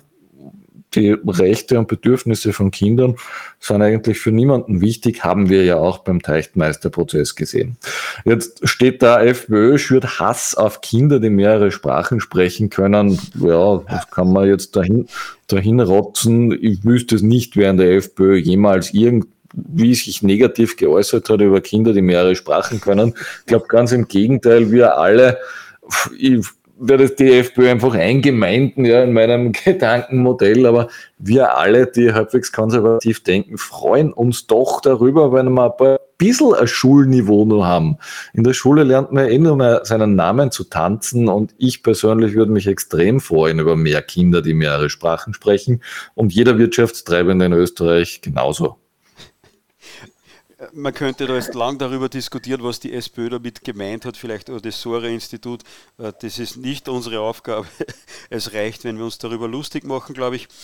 Die Rechte und Bedürfnisse von Kindern sind eigentlich für niemanden wichtig, haben wir ja auch beim Teichtmeister-Prozess gesehen. Jetzt steht da, FPÖ schürt Hass auf Kinder, die mehrere Sprachen sprechen können. Ja, das kann man jetzt dahin, dahin rotzen. Ich wüsste es nicht, wer in der FPÖ jemals irgend wie sich negativ geäußert hat über Kinder, die mehrere Sprachen können. Ich glaube ganz im Gegenteil, wir alle, ich werde die FPÖ einfach eingemeinden, ja, in meinem Gedankenmodell, aber wir alle, die halbwegs konservativ denken, freuen uns doch darüber, wenn wir ein bisschen ein Schulniveau noch haben. In der Schule lernt man eh nur mehr seinen Namen zu tanzen und ich persönlich würde mich extrem freuen über mehr Kinder, die mehrere Sprachen sprechen und jeder Wirtschaftstreibende in Österreich genauso. Man könnte da jetzt lang darüber diskutieren, was die SPÖ damit gemeint hat, vielleicht oder das Sora-Institut. Das ist nicht unsere Aufgabe. Es reicht, wenn wir uns darüber lustig machen, glaube ich.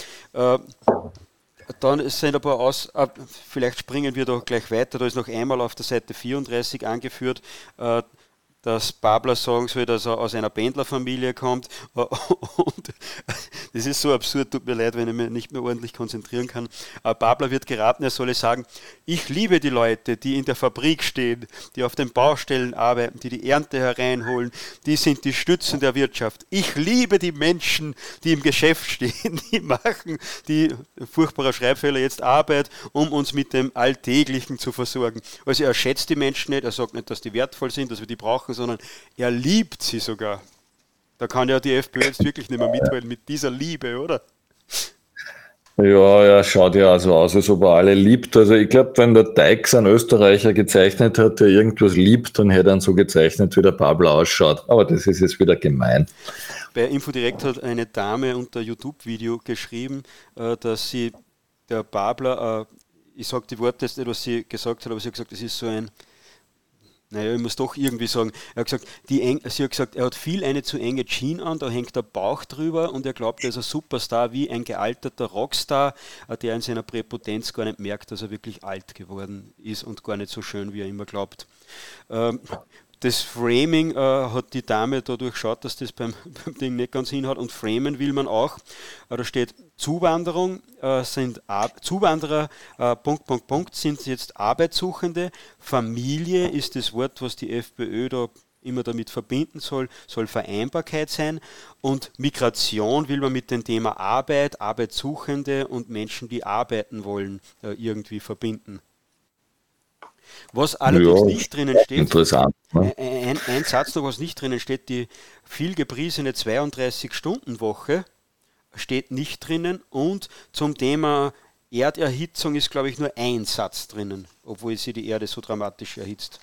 Dann sind ein paar aus, vielleicht springen wir da gleich weiter. Da ist noch einmal auf der Seite vierunddreißig angeführt, dass Babler sagen soll, dass er aus einer Pendlerfamilie kommt. Und das ist so absurd, tut mir leid, wenn ich mich nicht mehr ordentlich konzentrieren kann. Aber Babler wird geraten, er solle sagen, ich liebe die Leute, die in der Fabrik stehen, die auf den Baustellen arbeiten, die die Ernte hereinholen, die sind die Stützen der Wirtschaft. Ich liebe die Menschen, die im Geschäft stehen, die machen die, furchtbarer Schreibfehler, jetzt Arbeit, um uns mit dem Alltäglichen zu versorgen. Also er schätzt die Menschen nicht, er sagt nicht, dass die wertvoll sind, dass wir die brauchen, sondern er liebt sie sogar. Da kann ja die FPÖ jetzt wirklich nicht mehr mithalten mit dieser Liebe, oder? Ja, ja, schaut ja also aus, als ob er alle liebt. Also ich glaube, wenn der Teix einen Österreicher gezeichnet hat, der irgendwas liebt, dann hätte er ihn so gezeichnet, wie der Babler ausschaut. Aber das ist jetzt wieder gemein. Bei Infodirect hat eine Dame unter YouTube-Video geschrieben, dass sie der Babler, ich sage die Worte jetzt nicht, was sie gesagt hat, aber sie hat gesagt, das ist so ein, naja, ich muss doch irgendwie sagen, er hat gesagt, die eng, sie hat gesagt, er hat viel eine zu enge Jeans an, da hängt der Bauch drüber und er glaubt, er ist ein Superstar, wie ein gealterter Rockstar, der in seiner Präpotenz gar nicht merkt, dass er wirklich alt geworden ist und gar nicht so schön, wie er immer glaubt. Ähm, Das Framing äh, hat die Dame da durchschaut, dass das beim, beim Ding nicht ganz hinhaut und framen will man auch. Äh, da steht Zuwanderung, äh, sind Ar- Zuwanderer, äh, Punkt, Punkt, Punkt, sind jetzt Arbeitssuchende. Familie ist das Wort, was die FPÖ da immer damit verbinden soll, soll Vereinbarkeit sein. Und Migration will man mit dem Thema Arbeit, Arbeitssuchende und Menschen, die arbeiten wollen, äh, irgendwie verbinden. Was allerdings ja, nicht drinnen steht, interessant, ne? ein, ein Satz noch, was nicht drinnen steht, die viel gepriesene zweiunddreißig-Stunden-Woche steht nicht drinnen und zum Thema Erderhitzung ist, glaube ich, nur ein Satz drinnen, obwohl sie die Erde so dramatisch erhitzt.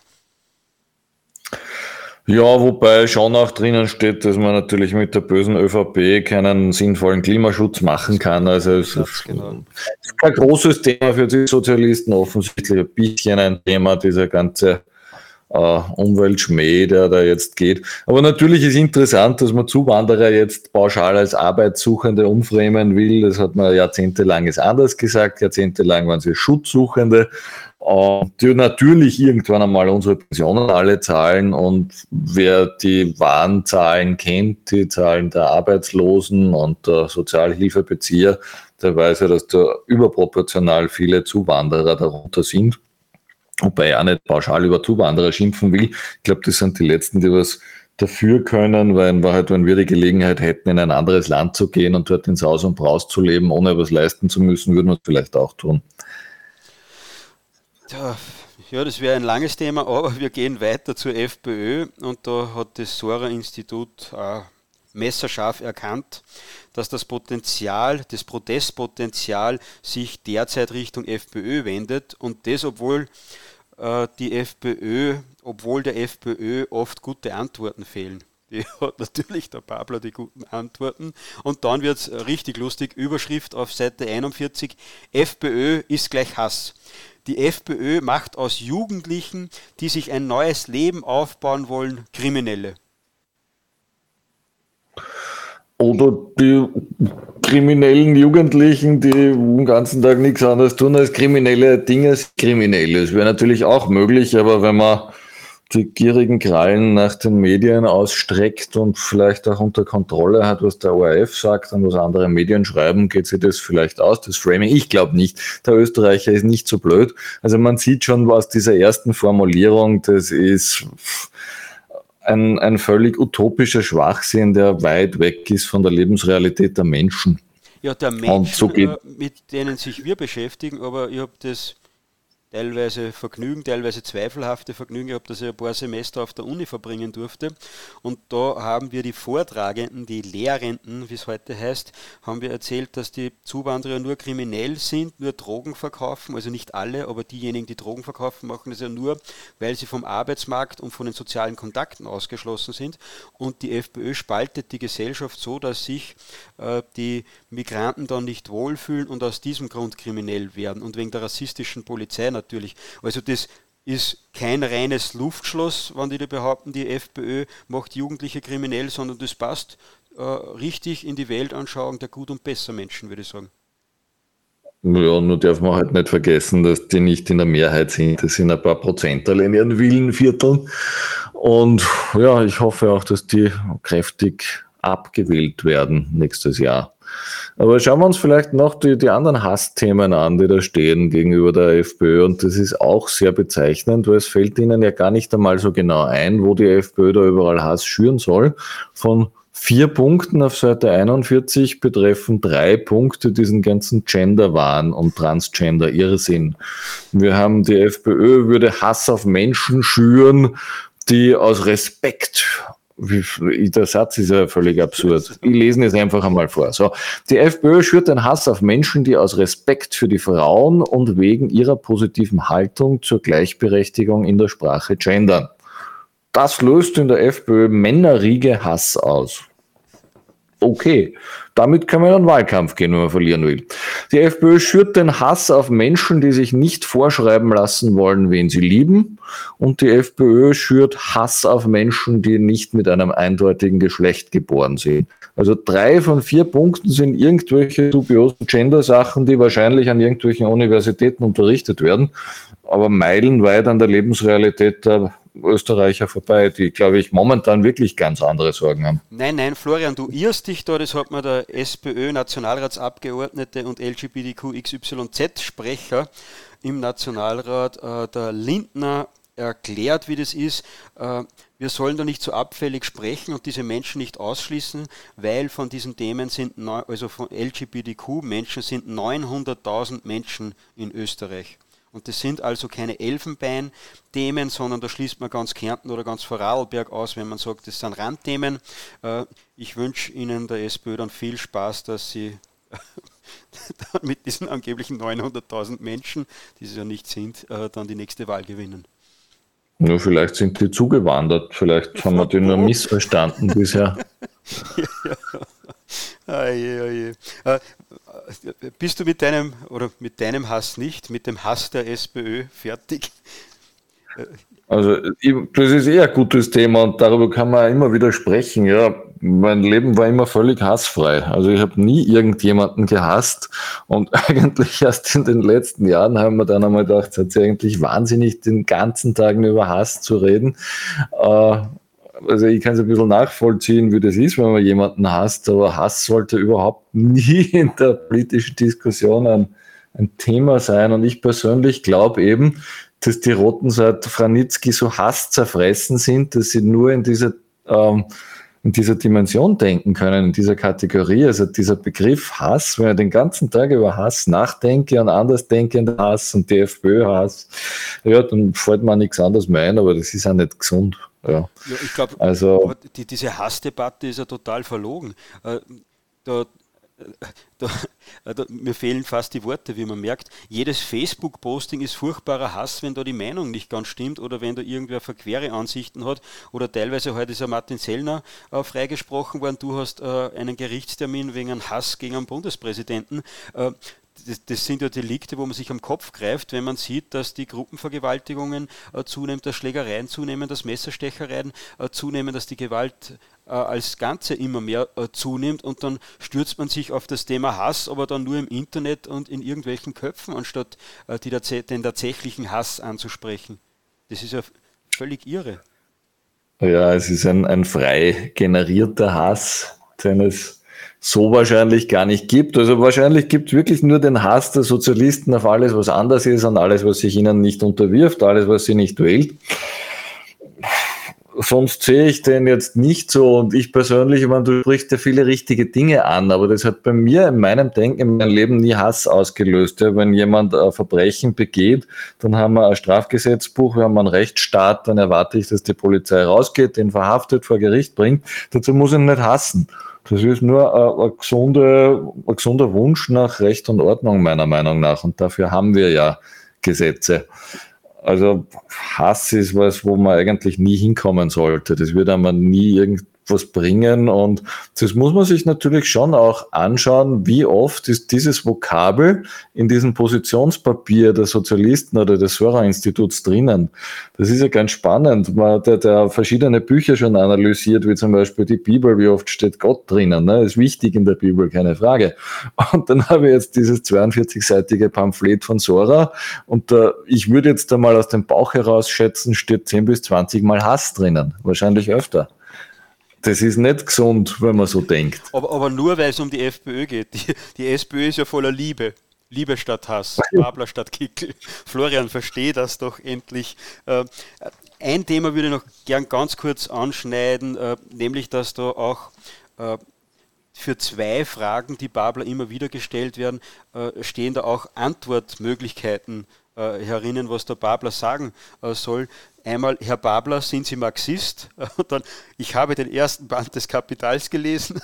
Ja, wobei schon auch drinnen steht, dass man natürlich mit der bösen ÖVP keinen sinnvollen Klimaschutz machen kann. Also es ist, genau. ist kein großes Thema für die Sozialisten, offensichtlich ein bisschen ein Thema, dieser ganze äh, Umweltschmäh, der da jetzt geht. Aber natürlich ist interessant, dass man Zuwanderer jetzt pauschal als Arbeitssuchende umframen will. Das hat man jahrzehntelang ist anders gesagt. Jahrzehntelang waren sie Schutzsuchende. Die natürlich irgendwann einmal unsere Pensionen alle zahlen und wer die wahren Zahlen kennt, die Zahlen der Arbeitslosen und der Sozialhilfebezieher, der weiß ja, dass da überproportional viele Zuwanderer darunter sind, wobei er auch nicht pauschal über Zuwanderer schimpfen will. Ich glaube, das sind die Letzten, die was dafür können, weil in Wahrheit, wenn wir die Gelegenheit hätten, in ein anderes Land zu gehen und dort ins Haus und Braus zu leben, ohne was leisten zu müssen, würden wir es vielleicht auch tun. Ja, das wäre ein langes Thema, aber wir gehen weiter zur FPÖ und da hat das Sora-Institut äh, messerscharf erkannt, dass das Potenzial, das Protestpotenzial sich derzeit Richtung FPÖ wendet und das, obwohl äh, die FPÖ, obwohl der FPÖ oft gute Antworten fehlen. Die hat natürlich der Babler die guten Antworten. Und dann wird es richtig lustig, Überschrift auf Seite einundvierzig, FPÖ ist gleich Hass. Die FPÖ macht aus Jugendlichen, die sich ein neues Leben aufbauen wollen, Kriminelle. Oder die kriminellen Jugendlichen, die den ganzen Tag nichts anderes tun als kriminelle Dinge, kriminelle. Das wäre natürlich auch möglich, aber wenn man die gierigen Krallen nach den Medien ausstreckt und vielleicht auch unter Kontrolle hat, was der O R F sagt und was andere Medien schreiben, geht sich das vielleicht aus, das Framing. Ich glaube nicht. Der Österreicher ist nicht so blöd. Also man sieht schon aus dieser ersten Formulierung, das ist ein, ein völlig utopischer Schwachsinn, der weit weg ist von der Lebensrealität der Menschen. Ja, der Menschen, so äh, mit denen sich wir beschäftigen, aber ich habe das teilweise Vergnügen, teilweise zweifelhafte Vergnügen gehabt, dass ich ein paar Semester auf der Uni verbringen durfte. Und da haben wir die Vortragenden, die Lehrenden, wie es heute heißt, haben wir erzählt, dass die Zuwanderer nur kriminell sind, nur Drogen verkaufen, also nicht alle, aber diejenigen, die Drogen verkaufen, machen das ja nur, weil sie vom Arbeitsmarkt und von den sozialen Kontakten ausgeschlossen sind. Und die FPÖ spaltet die Gesellschaft so, dass sich äh, die Migranten dann nicht wohlfühlen und aus diesem Grund kriminell werden und wegen der rassistischen Polizei natürlich. Also das ist kein reines Luftschloss, wenn die da behaupten, die FPÖ macht Jugendliche kriminell, sondern das passt äh, richtig in die Weltanschauung der Gut- und Bessermenschen, würde ich sagen. Ja, nur darf man halt nicht vergessen, dass die nicht in der Mehrheit sind. Das sind ein paar Prozentteile in ihren Villenvierteln. Und ja, ich hoffe auch, dass die kräftig abgewählt werden nächstes Jahr. Aber schauen wir uns vielleicht noch die, die anderen Hassthemen an, die da stehen gegenüber der FPÖ. Und das ist auch sehr bezeichnend, weil es fällt ihnen ja gar nicht einmal so genau ein, wo die FPÖ da überall Hass schüren soll. Von vier Punkten auf Seite einundvierzig betreffen drei Punkte diesen ganzen Gender-Wahn und Transgender-Irrsinn. Wir haben, die FPÖ würde Hass auf Menschen schüren, die aus Respekt, der Satz ist ja völlig absurd. Ich lese es einfach einmal vor. So, die FPÖ schürt den Hass auf Menschen, die aus Respekt für die Frauen und wegen ihrer positiven Haltung zur Gleichberechtigung in der Sprache gendern. Das löst in der FPÖ Männerriege Hass aus. Okay, damit kann man in den Wahlkampf gehen, wenn man verlieren will. Die FPÖ schürt den Hass auf Menschen, die sich nicht vorschreiben lassen wollen, wen sie lieben. Und die FPÖ schürt Hass auf Menschen, die nicht mit einem eindeutigen Geschlecht geboren sind. Also drei von vier Punkten sind irgendwelche dubiosen Gender-Sachen, die wahrscheinlich an irgendwelchen Universitäten unterrichtet werden, aber meilenweit an der Lebensrealität der Österreicher vorbei, die, glaube ich, momentan wirklich ganz andere Sorgen haben. Nein, nein, Florian, du irrst dich da, das hat mir der SPÖ-Nationalratsabgeordnete und L G B T Q X Y Z-Sprecher im Nationalrat, äh, der Lindner, erklärt, wie das ist. Äh, wir sollen da nicht so abfällig sprechen und diese Menschen nicht ausschließen, weil von diesen Themen sind, neun, also von L G B T Q-Menschen sind neunhunderttausend Menschen in Österreich. Und das sind also keine Elfenbein-Themen, sondern da schließt man ganz Kärnten oder ganz Vorarlberg aus, wenn man sagt, das sind Randthemen. Ich wünsche Ihnen, der SPÖ, dann viel Spaß, dass Sie mit diesen angeblichen neunhunderttausend Menschen, die es ja nicht sind, dann die nächste Wahl gewinnen. Nur vielleicht sind die zugewandert, vielleicht haben wir die nur missverstanden bisher. Ja, ja. Ah, je, ah, je. Äh, bist du mit deinem, oder mit deinem Hass nicht, mit dem Hass der SPÖ fertig? Also ich, das ist eher ein gutes Thema und darüber kann man immer wieder sprechen. Ja, mein Leben war immer völlig hassfrei. Also ich habe nie irgendjemanden gehasst und eigentlich erst in den letzten Jahren haben wir dann einmal gedacht, es ist eigentlich wahnsinnig, den ganzen Tag über Hass zu reden. Äh, Also ich kann es ein bisschen nachvollziehen, wie das ist, wenn man jemanden hasst, aber Hass sollte überhaupt nie in der politischen Diskussion ein, ein Thema sein. Und ich persönlich glaube eben, dass die Roten seit Franitzky so hasszerfressen sind, dass sie nur in dieser, ähm, in dieser Dimension denken können, in dieser Kategorie. Also dieser Begriff Hass, wenn ich den ganzen Tag über Hass nachdenke und anders denke in Hass und die FPÖ-Hass, ja, dann fällt mir nichts anderes mehr ein, aber das ist auch nicht gesund. Ja, ja, ich glaube, also, die, diese Hassdebatte ist ja total verlogen. Äh, da, da, da, mir fehlen fast die Worte, wie man merkt. Jedes Facebook-Posting ist furchtbarer Hass, wenn da die Meinung nicht ganz stimmt oder wenn da irgendwer verquere Ansichten hat. Oder teilweise heute ist ja Martin Sellner äh, freigesprochen worden. Du hast äh, einen Gerichtstermin wegen einem Hass gegen einen Bundespräsidenten. Äh, Das, das sind ja Delikte, wo man sich am Kopf greift, wenn man sieht, dass die Gruppenvergewaltigungen äh, zunehmen, dass Schlägereien zunehmen, dass Messerstechereien äh, zunehmen, dass die Gewalt äh, als Ganze immer mehr äh, zunimmt und dann stürzt man sich auf das Thema Hass, aber dann nur im Internet und in irgendwelchen Köpfen, anstatt äh, die, den tatsächlichen Hass anzusprechen. Das ist ja völlig irre. Ja, es ist ein, ein frei generierter Hass, den es so wahrscheinlich gar nicht gibt. Also wahrscheinlich gibt es wirklich nur den Hass der Sozialisten auf alles, was anders ist und alles, was sich ihnen nicht unterwirft, alles, was sie nicht wählt. sonst sehe ich den jetzt nicht so. Und ich persönlich, ich meine, du sprichst ja viele richtige Dinge an, aber das hat bei mir in meinem Denken, in meinem Leben nie Hass ausgelöst. Ja, wenn jemand ein Verbrechen begeht, dann haben wir ein Strafgesetzbuch, wir haben einen Rechtsstaat, dann erwarte ich, dass die Polizei rausgeht, den verhaftet, vor Gericht bringt. Dazu muss ich ihn nicht hassen. Das ist nur ein, ein, gesunde, ein gesunder Wunsch nach Recht und Ordnung, meiner Meinung nach. Und dafür haben wir ja Gesetze. Also Hass ist was, wo man eigentlich nie hinkommen sollte. Das wird einem nie irgendwas bringen. Und das muss man sich natürlich schon auch anschauen, wie oft ist dieses Vokabel in diesem Positionspapier der Sozialisten oder des Sora-Instituts drinnen. Das ist ja ganz spannend. Man hat ja da verschiedene Bücher schon analysiert, wie zum Beispiel die Bibel, wie oft steht Gott drinnen. Ne? Das ist wichtig in der Bibel, keine Frage. Und dann habe ich jetzt dieses zweiundvierzigseitige Pamphlet von Sora und äh, ich würde jetzt einmal aus dem Bauch heraus schätzen, steht zehn bis zwanzig Mal Hass drinnen. Wahrscheinlich öfter. Das ist nicht gesund, wenn man so denkt. Aber, aber nur, weil es um die FPÖ geht. Die, die SPÖ ist ja voller Liebe. Liebe statt Hass, Babler statt Kickel. Florian, verstehe das doch endlich. Äh, ein Thema würde ich noch gern ganz kurz anschneiden, äh, nämlich, dass da auch äh, für zwei Fragen, die Babler immer wieder gestellt werden, äh, stehen da auch Antwortmöglichkeiten äh, herinnen, was der Babler sagen äh, soll. Einmal, Herr Babler, sind Sie Marxist? Und dann, ich habe den ersten Band des Kapitals gelesen.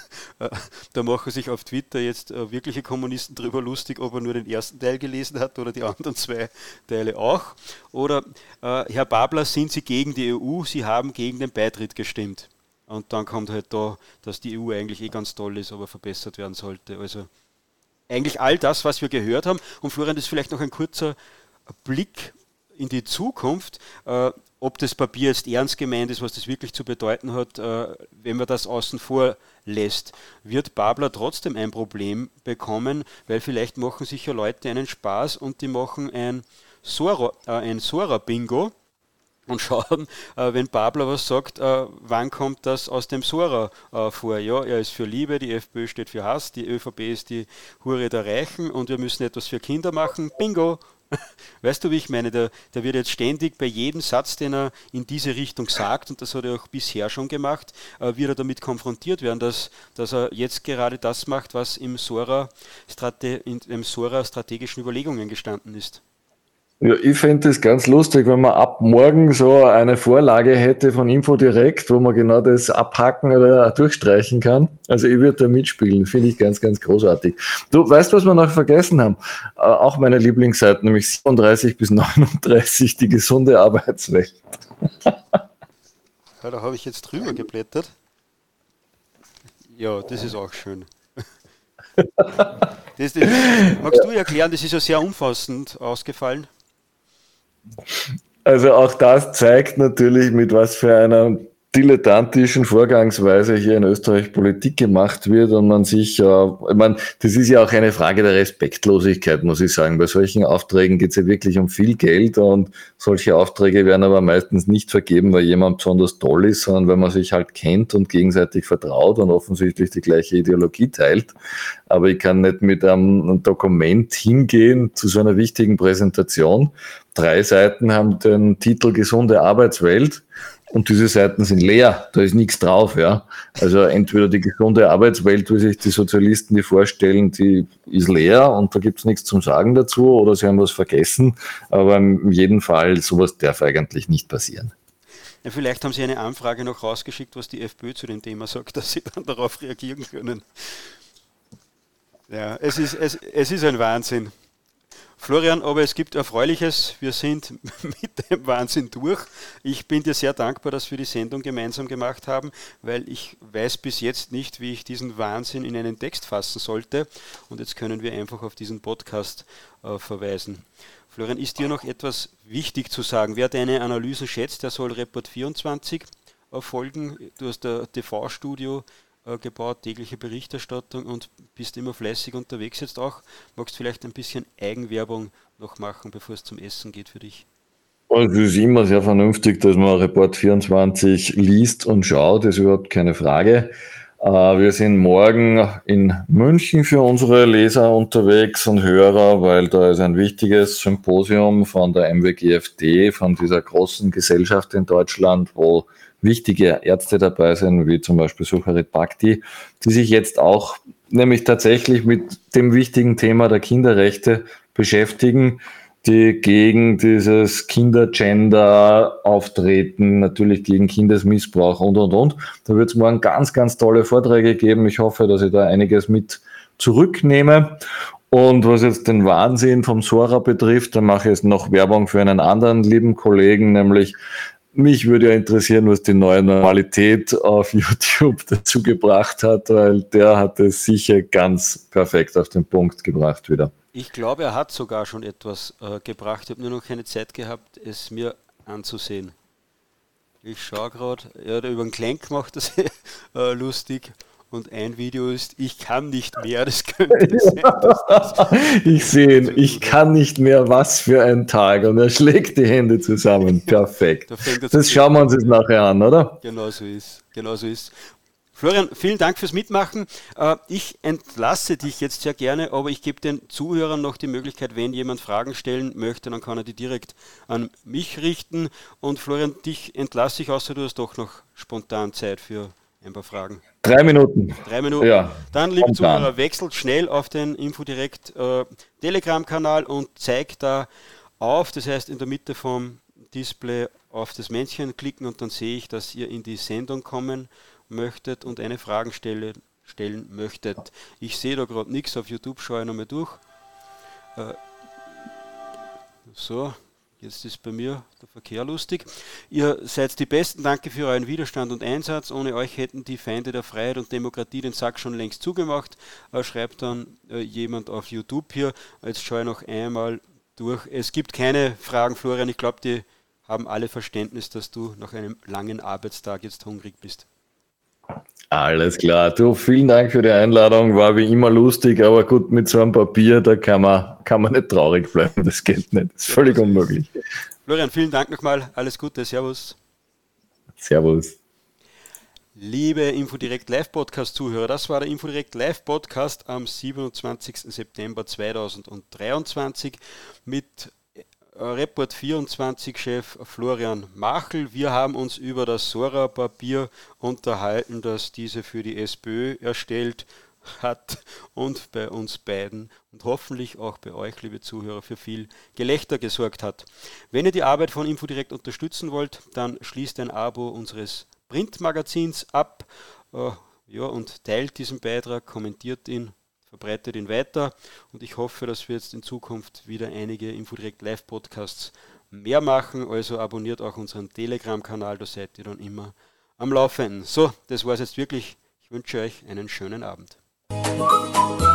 Da machen sich auf Twitter jetzt wirkliche Kommunisten drüber lustig, ob er nur den ersten Teil gelesen hat oder die anderen zwei Teile auch. Oder, Herr Babler, sind Sie gegen die E U? Sie haben gegen den Beitritt gestimmt. Und dann kommt halt da, dass die E U eigentlich eh ganz toll ist, aber verbessert werden sollte. Also eigentlich all das, was wir gehört haben. Und Florian, das ist vielleicht noch ein kurzer Blick in die Zukunft, äh, ob das Papier jetzt ernst gemeint ist, was das wirklich zu bedeuten hat, äh, wenn man das außen vor lässt, wird Babler trotzdem ein Problem bekommen, weil vielleicht machen sich ja Leute einen Spaß und die machen ein Sora, äh, ein Sora-Bingo und schauen, äh, wenn Babler was sagt, äh, wann kommt das aus dem Sora äh, vor? Ja, er ist für Liebe, die FPÖ steht für Hass, die ÖVP ist die Hure der Reichen und wir müssen etwas für Kinder machen. Bingo! Weißt du, wie ich meine? Der, der wird jetzt ständig bei jedem Satz, den er in diese Richtung sagt, und das hat er auch bisher schon gemacht, äh, wird er damit konfrontiert werden, dass, dass er jetzt gerade das macht, was im Sora, Strate, in dem Sora strategischen Überlegungen gestanden ist. Ja, ich fände es ganz lustig, wenn man ab morgen so eine Vorlage hätte von InfoDirect, wo man genau das abhacken oder durchstreichen kann. Also ich würde da mitspielen, finde ich ganz, ganz großartig. Du weißt, was wir noch vergessen haben? Äh, auch meine Lieblingsseite, nämlich siebenunddreißig bis neununddreißig, die gesunde Arbeitswelt. Ja, da habe ich jetzt drüber geblättert. Ja, das ist auch schön. Das, das, magst du erklären, das ist ja sehr umfassend ausgefallen. Also auch das zeigt natürlich, mit was für einer dilettantischen Vorgangsweise hier in Österreich Politik gemacht wird und man sich, äh, ich meine, das ist ja auch eine Frage der Respektlosigkeit, muss ich sagen. Bei solchen Aufträgen geht es ja wirklich um viel Geld und solche Aufträge werden aber meistens nicht vergeben, weil jemand besonders toll ist, sondern weil man sich halt kennt und gegenseitig vertraut und offensichtlich die gleiche Ideologie teilt. Aber ich kann nicht mit einem Dokument hingehen zu so einer wichtigen Präsentation. Drei Seiten haben den Titel Gesunde Arbeitswelt. Und diese Seiten sind leer, da ist nichts drauf, ja. Also entweder die gesunde Arbeitswelt, wie sich die Sozialisten die vorstellen, die ist leer und da gibt's nichts zum Sagen dazu, oder sie haben was vergessen. Aber in jedem Fall, sowas darf eigentlich nicht passieren. Ja, vielleicht haben Sie eine Anfrage noch rausgeschickt, was die FPÖ zu dem Thema sagt, dass Sie dann darauf reagieren können. Ja, es ist, es, es ist ein Wahnsinn. Florian, aber es gibt Erfreuliches. Wir sind mit dem Wahnsinn durch. Ich bin dir sehr dankbar, dass wir die Sendung gemeinsam gemacht haben, weil ich weiß bis jetzt nicht, wie ich diesen Wahnsinn in einen Text fassen sollte. Und jetzt können wir einfach auf diesen Podcast äh, verweisen. Florian, ist dir noch etwas wichtig zu sagen? Wer deine Analysen schätzt, der soll Report vierundzwanzig äh, folgen. Du hast ein T V-Studio gebaut, tägliche Berichterstattung und bist immer fleißig unterwegs jetzt auch. Magst du vielleicht ein bisschen Eigenwerbung noch machen, bevor es zum Essen geht für dich? Also es ist immer sehr vernünftig, dass man Report vierundzwanzig liest und schaut, das ist überhaupt keine Frage. Wir sind morgen in München für unsere Leser unterwegs und Hörer, weil da ist ein wichtiges Symposium von der M W G F D, von dieser großen Gesellschaft in Deutschland, wo wichtige Ärzte dabei sind, wie zum Beispiel Sucharit Bhakti, die sich jetzt auch nämlich tatsächlich mit dem wichtigen Thema der Kinderrechte beschäftigen, die gegen dieses Kindergender auftreten, natürlich gegen Kindesmissbrauch und, und, und. Da wird es morgen ganz, ganz tolle Vorträge geben. Ich hoffe, dass ich da einiges mit zurücknehme. Und was jetzt den Wahnsinn vom Sora betrifft, da mache ich jetzt noch Werbung für einen anderen lieben Kollegen, nämlich mich würde ja interessieren, was die neue Normalität auf YouTube dazu gebracht hat, weil der hat es sicher ganz perfekt auf den Punkt gebracht wieder. Ich glaube, er hat sogar schon etwas äh, gebracht. Ich habe nur noch keine Zeit gehabt, es mir anzusehen. Ich schaue gerade, er hat über den Klenk gemacht, das äh, lustig. Und ein Video ist, ich kann nicht mehr, das könnte sein. Das ich sehe ihn, ich kann nicht mehr, was für ein Tag. Und er schlägt die Hände zusammen. Perfekt. Da das das schauen wir uns jetzt nachher an, oder? Genau so ist. Genau so ist. Florian, vielen Dank fürs Mitmachen. Ich entlasse dich jetzt sehr gerne, aber ich gebe den Zuhörern noch die Möglichkeit, wenn jemand Fragen stellen möchte, dann kann er die direkt an mich richten. Und Florian, dich entlasse ich, außer du hast doch noch spontan Zeit für ein paar Fragen. Drei Minuten. Drei Minuten. Ja. Dann, liebe Zuhörer, wechselt schnell auf den Infodirect äh, Telegram-Kanal und zeigt da auf, das heißt in der Mitte vom Display auf das Männchen klicken und dann sehe ich, dass ihr in die Sendung kommen möchtet und eine Frage stelle, stellen möchtet. Ich sehe da gerade nichts, auf YouTube schaue ich nochmal durch. Äh, so, jetzt ist bei mir der Verkehr lustig. Ihr seid die Besten, danke für euren Widerstand und Einsatz. Ohne euch hätten die Feinde der Freiheit und Demokratie den Sack schon längst zugemacht. Äh, schreibt dann äh, jemand auf YouTube hier. Jetzt schaue ich noch einmal durch. Es gibt keine Fragen, Florian. Ich glaube, die haben alle Verständnis, dass du nach einem langen Arbeitstag jetzt hungrig bist. Alles klar. Du, vielen Dank für die Einladung. War wie immer lustig, aber gut, mit so einem Papier, da kann man, kann man nicht traurig bleiben. Das geht nicht. Das ist völlig unmöglich. Florian, vielen Dank nochmal. Alles Gute. Servus. Servus. Liebe Infodirect Live-Podcast-Zuhörer, das war der Infodirect Live-Podcast am siebenundzwanzigsten September zweitausenddreiundzwanzig mit Report vierundzwanzig-Chef Florian Machl. Wir haben uns über das Sora-Papier unterhalten, das diese für die SPÖ erstellt hat und bei uns beiden und hoffentlich auch bei euch, liebe Zuhörer, für viel Gelächter gesorgt hat. Wenn ihr die Arbeit von Infodirect unterstützen wollt, dann schließt ein Abo unseres Printmagazins ab äh, ja, und teilt diesen Beitrag, kommentiert ihn, verbreitet ihn weiter und ich hoffe, dass wir jetzt in Zukunft wieder einige Infodirect Live-Podcasts mehr machen, also abonniert auch unseren Telegram-Kanal, da seid ihr dann immer am Laufenden. So, das war es jetzt wirklich. Ich wünsche euch einen schönen Abend.